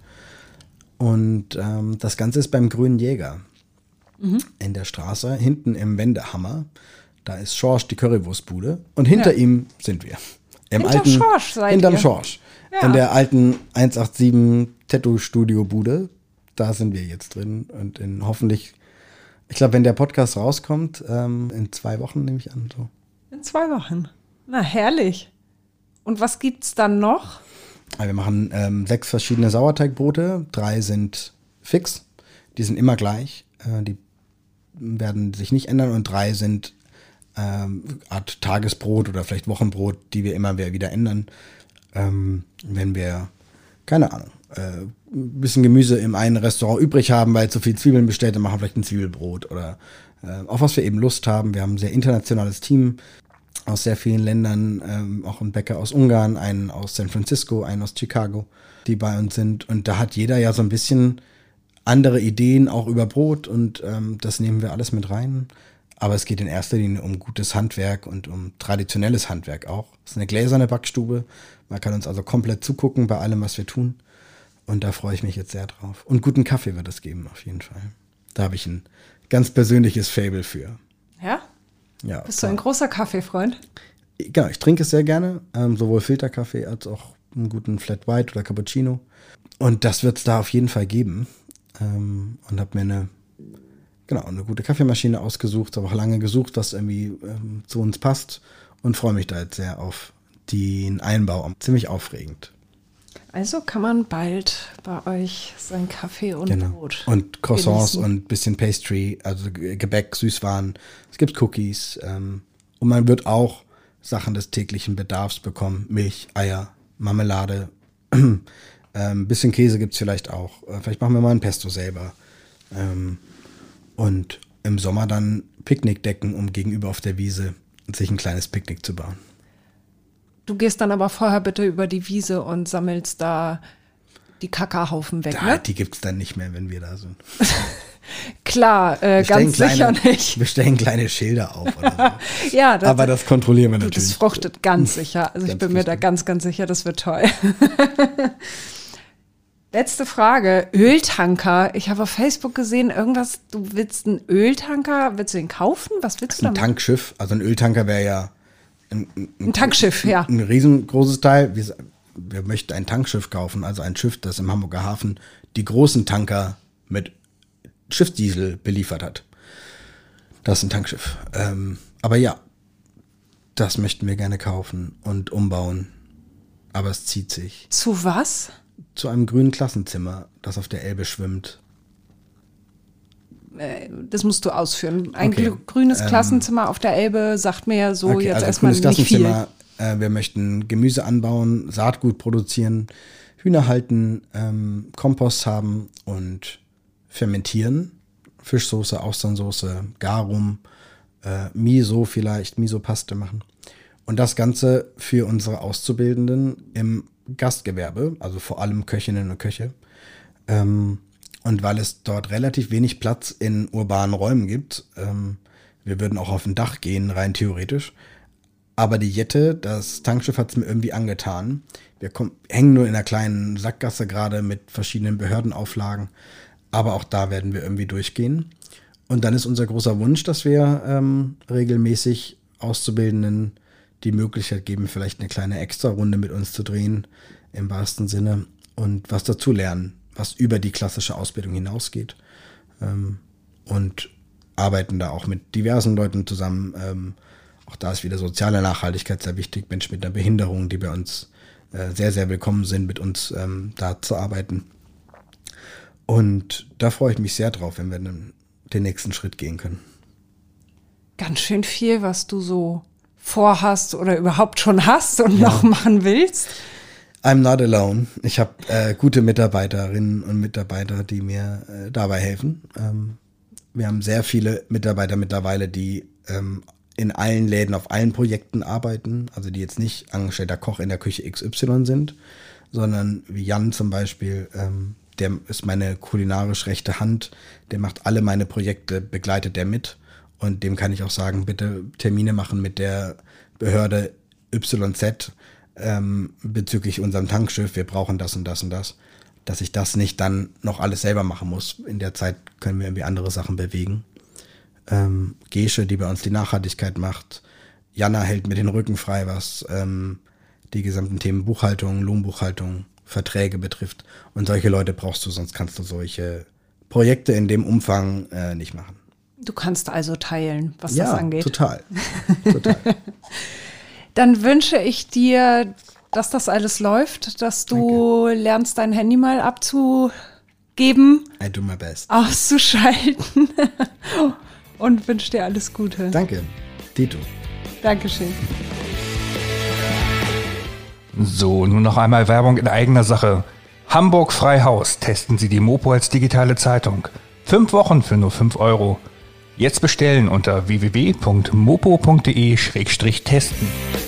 Und ähm, das Ganze ist beim Grünen Jäger mhm. in der Straße, hinten im Wendehammer. Da ist Schorsch, die Currywurstbude. Und hinter ja. ihm sind wir. Im Hinter alten, Schorsch seid hinterm ihr. Schorsch. Ja. In der alten eins acht sieben Tattoo-Studio-Bude. Da sind wir jetzt drin. Und in hoffentlich, ich glaube, wenn der Podcast rauskommt, ähm, in zwei Wochen nehme ich an. So. In zwei Wochen. Na, herrlich. Und was gibt's dann noch? Wir machen ähm, sechs verschiedene Sauerteigbrote. Drei sind fix. Die sind immer gleich. Äh, die werden sich nicht ändern. Und drei sind ähm, Art Tagesbrot oder vielleicht Wochenbrot, die wir immer wieder ändern. Ähm, wenn wir, keine Ahnung, äh, ein bisschen Gemüse im einen Restaurant übrig haben, weil zu viel Zwiebeln bestellt, dann machen wir vielleicht ein Zwiebelbrot oder äh, auf was wir eben Lust haben. Wir haben ein sehr internationales Team aus sehr vielen Ländern, ähm, auch ein Bäcker aus Ungarn, einen aus San Francisco, einen aus Chicago, die bei uns sind. Und da hat jeder ja so ein bisschen andere Ideen, auch über Brot. Und ähm, das nehmen wir alles mit rein. Aber es geht in erster Linie um gutes Handwerk und um traditionelles Handwerk auch. Es ist eine gläserne Backstube. Man kann uns also komplett zugucken bei allem, was wir tun. Und da freue ich mich jetzt sehr drauf. Und guten Kaffee wird es geben, auf jeden Fall. Da habe ich ein ganz persönliches Faible für. Ja? Ja, Bist klar. du ein großer Kaffeefreund? Genau, ich trinke es sehr gerne, ähm, sowohl Filterkaffee als auch einen guten Flat White oder Cappuccino. Und das wird es da auf jeden Fall geben. Ähm, und habe mir eine, genau, eine gute Kaffeemaschine ausgesucht, habe auch lange gesucht, was irgendwie ähm, zu uns passt und freue mich da jetzt sehr auf den Einbau. Ziemlich aufregend. Also kann man bald bei euch sein Kaffee und Genau. Brot Und Croissants genießen. und bisschen Pastry, also Gebäck, Süßwaren. Es gibt Cookies. Ähm, und man wird auch Sachen des täglichen Bedarfs bekommen. Milch, Eier, Marmelade. ähm, bisschen Käse gibt's vielleicht auch. Äh, vielleicht machen wir mal ein Pesto selber. Ähm, und im Sommer dann Picknickdecken, um gegenüber auf der Wiese sich ein kleines Picknick zu bauen. Du gehst dann aber vorher bitte über die Wiese und sammelst da die Kackerhaufen weg, Da, ne? die gibt's dann nicht mehr, wenn wir da sind. Klar, äh, Wir stellen ganz sicher kleine, nicht. Wir stellen kleine Schilder auf oder so. Ja, das, Aber das kontrollieren wir du, natürlich. das fruchtet ganz sicher. Also ich Ganz bin mir da bestimmt. ganz, ganz sicher, das wird toll. Letzte Frage. Öltanker. Ich habe auf Facebook gesehen, irgendwas, du willst einen Öltanker, willst du den kaufen? Was willst du Ein damit? Tankschiff, also ein Öltanker wäre ja ein, ein, Ein Tankschiff, ja. ein riesengroßes Teil. Wir, wir möchten ein Tankschiff kaufen, also ein Schiff, das im Hamburger Hafen die großen Tanker mit Schiffsdiesel beliefert hat. Das ist ein Tankschiff. Ähm, aber ja, das möchten wir gerne kaufen und umbauen. Aber es zieht sich Zu was? zu einem grünen Klassenzimmer, das auf der Elbe schwimmt. Äh, Das musst du ausführen. Ein Okay. gl- grünes Ähm, Klassenzimmer auf der Elbe sagt mir ja so Okay, jetzt also erstmal grünes nicht viel. Klassenzimmer. Äh, wir möchten Gemüse anbauen, Saatgut produzieren, Hühner halten, ähm, Kompost haben und fermentieren. Fischsoße, Austernsoße, Garum, äh, Miso vielleicht, Miso-Paste machen. Und das Ganze für unsere Auszubildenden im Gastgewerbe, also vor allem Köchinnen und Köche. Ähm, und weil es dort relativ wenig Platz in urbanen Räumen gibt, ähm, wir würden auch auf ein Dach gehen, rein theoretisch. Aber die Jette, das Tankschiff, hat es mir irgendwie angetan. Wir kommen, hängen nur in einer kleinen Sackgasse gerade mit verschiedenen Behördenauflagen. Aber auch da werden wir irgendwie durchgehen. Und dann ist unser großer Wunsch, dass wir ähm, regelmäßig Auszubildenden die Möglichkeit geben, vielleicht eine kleine Extra-Runde mit uns zu drehen, im wahrsten Sinne, und was dazu lernen, was über die klassische Ausbildung hinausgeht. Ähm, und arbeiten da auch mit diversen Leuten zusammen. Ähm, auch da ist wieder soziale Nachhaltigkeit sehr wichtig. Menschen mit einer Behinderung, die bei uns äh, sehr, sehr willkommen sind, mit uns ähm, da zu arbeiten. Und da freue ich mich sehr drauf, wenn wir dann den nächsten Schritt gehen können. Ganz schön viel, was du so vorhast oder überhaupt schon hast und Ja. noch machen willst. I'm not alone. Ich habe äh, gute Mitarbeiterinnen und Mitarbeiter, die mir äh, dabei helfen. Ähm, wir haben sehr viele Mitarbeiter mittlerweile, die ähm, in allen Läden auf allen Projekten arbeiten, also die jetzt nicht angestellter Koch in der Küche X Y sind, sondern wie Jan zum Beispiel, ähm, der ist meine kulinarisch rechte Hand, der macht alle meine Projekte, begleitet der mit und dem kann ich auch sagen, bitte Termine machen mit der Behörde Y Z, Ähm, bezüglich unserem Tankschiff, wir brauchen das und das und das, dass ich das nicht dann noch alles selber machen muss. In der Zeit können wir irgendwie andere Sachen bewegen. Ähm, Gesche, die bei uns die Nachhaltigkeit macht. Jana hält mir den Rücken frei, was ähm, die gesamten Themen Buchhaltung, Lohnbuchhaltung, Verträge betrifft. Und solche Leute brauchst du, sonst kannst du solche Projekte in dem Umfang äh, nicht machen. Du kannst also teilen, was ja, das angeht. Total. total. Dann wünsche ich dir, dass das alles läuft, dass du Danke. lernst, dein Handy mal abzugeben. I do my best. Auszuschalten. Und wünsche dir alles Gute. Danke. Dito. Dankeschön. So, nun noch einmal Werbung in eigener Sache. Hamburg Freihaus. Testen Sie die Mopo als digitale Zeitung. Fünf Wochen für nur fünf Euro. Jetzt bestellen unter w w w punkt mopo punkt de Schrägstrich testen.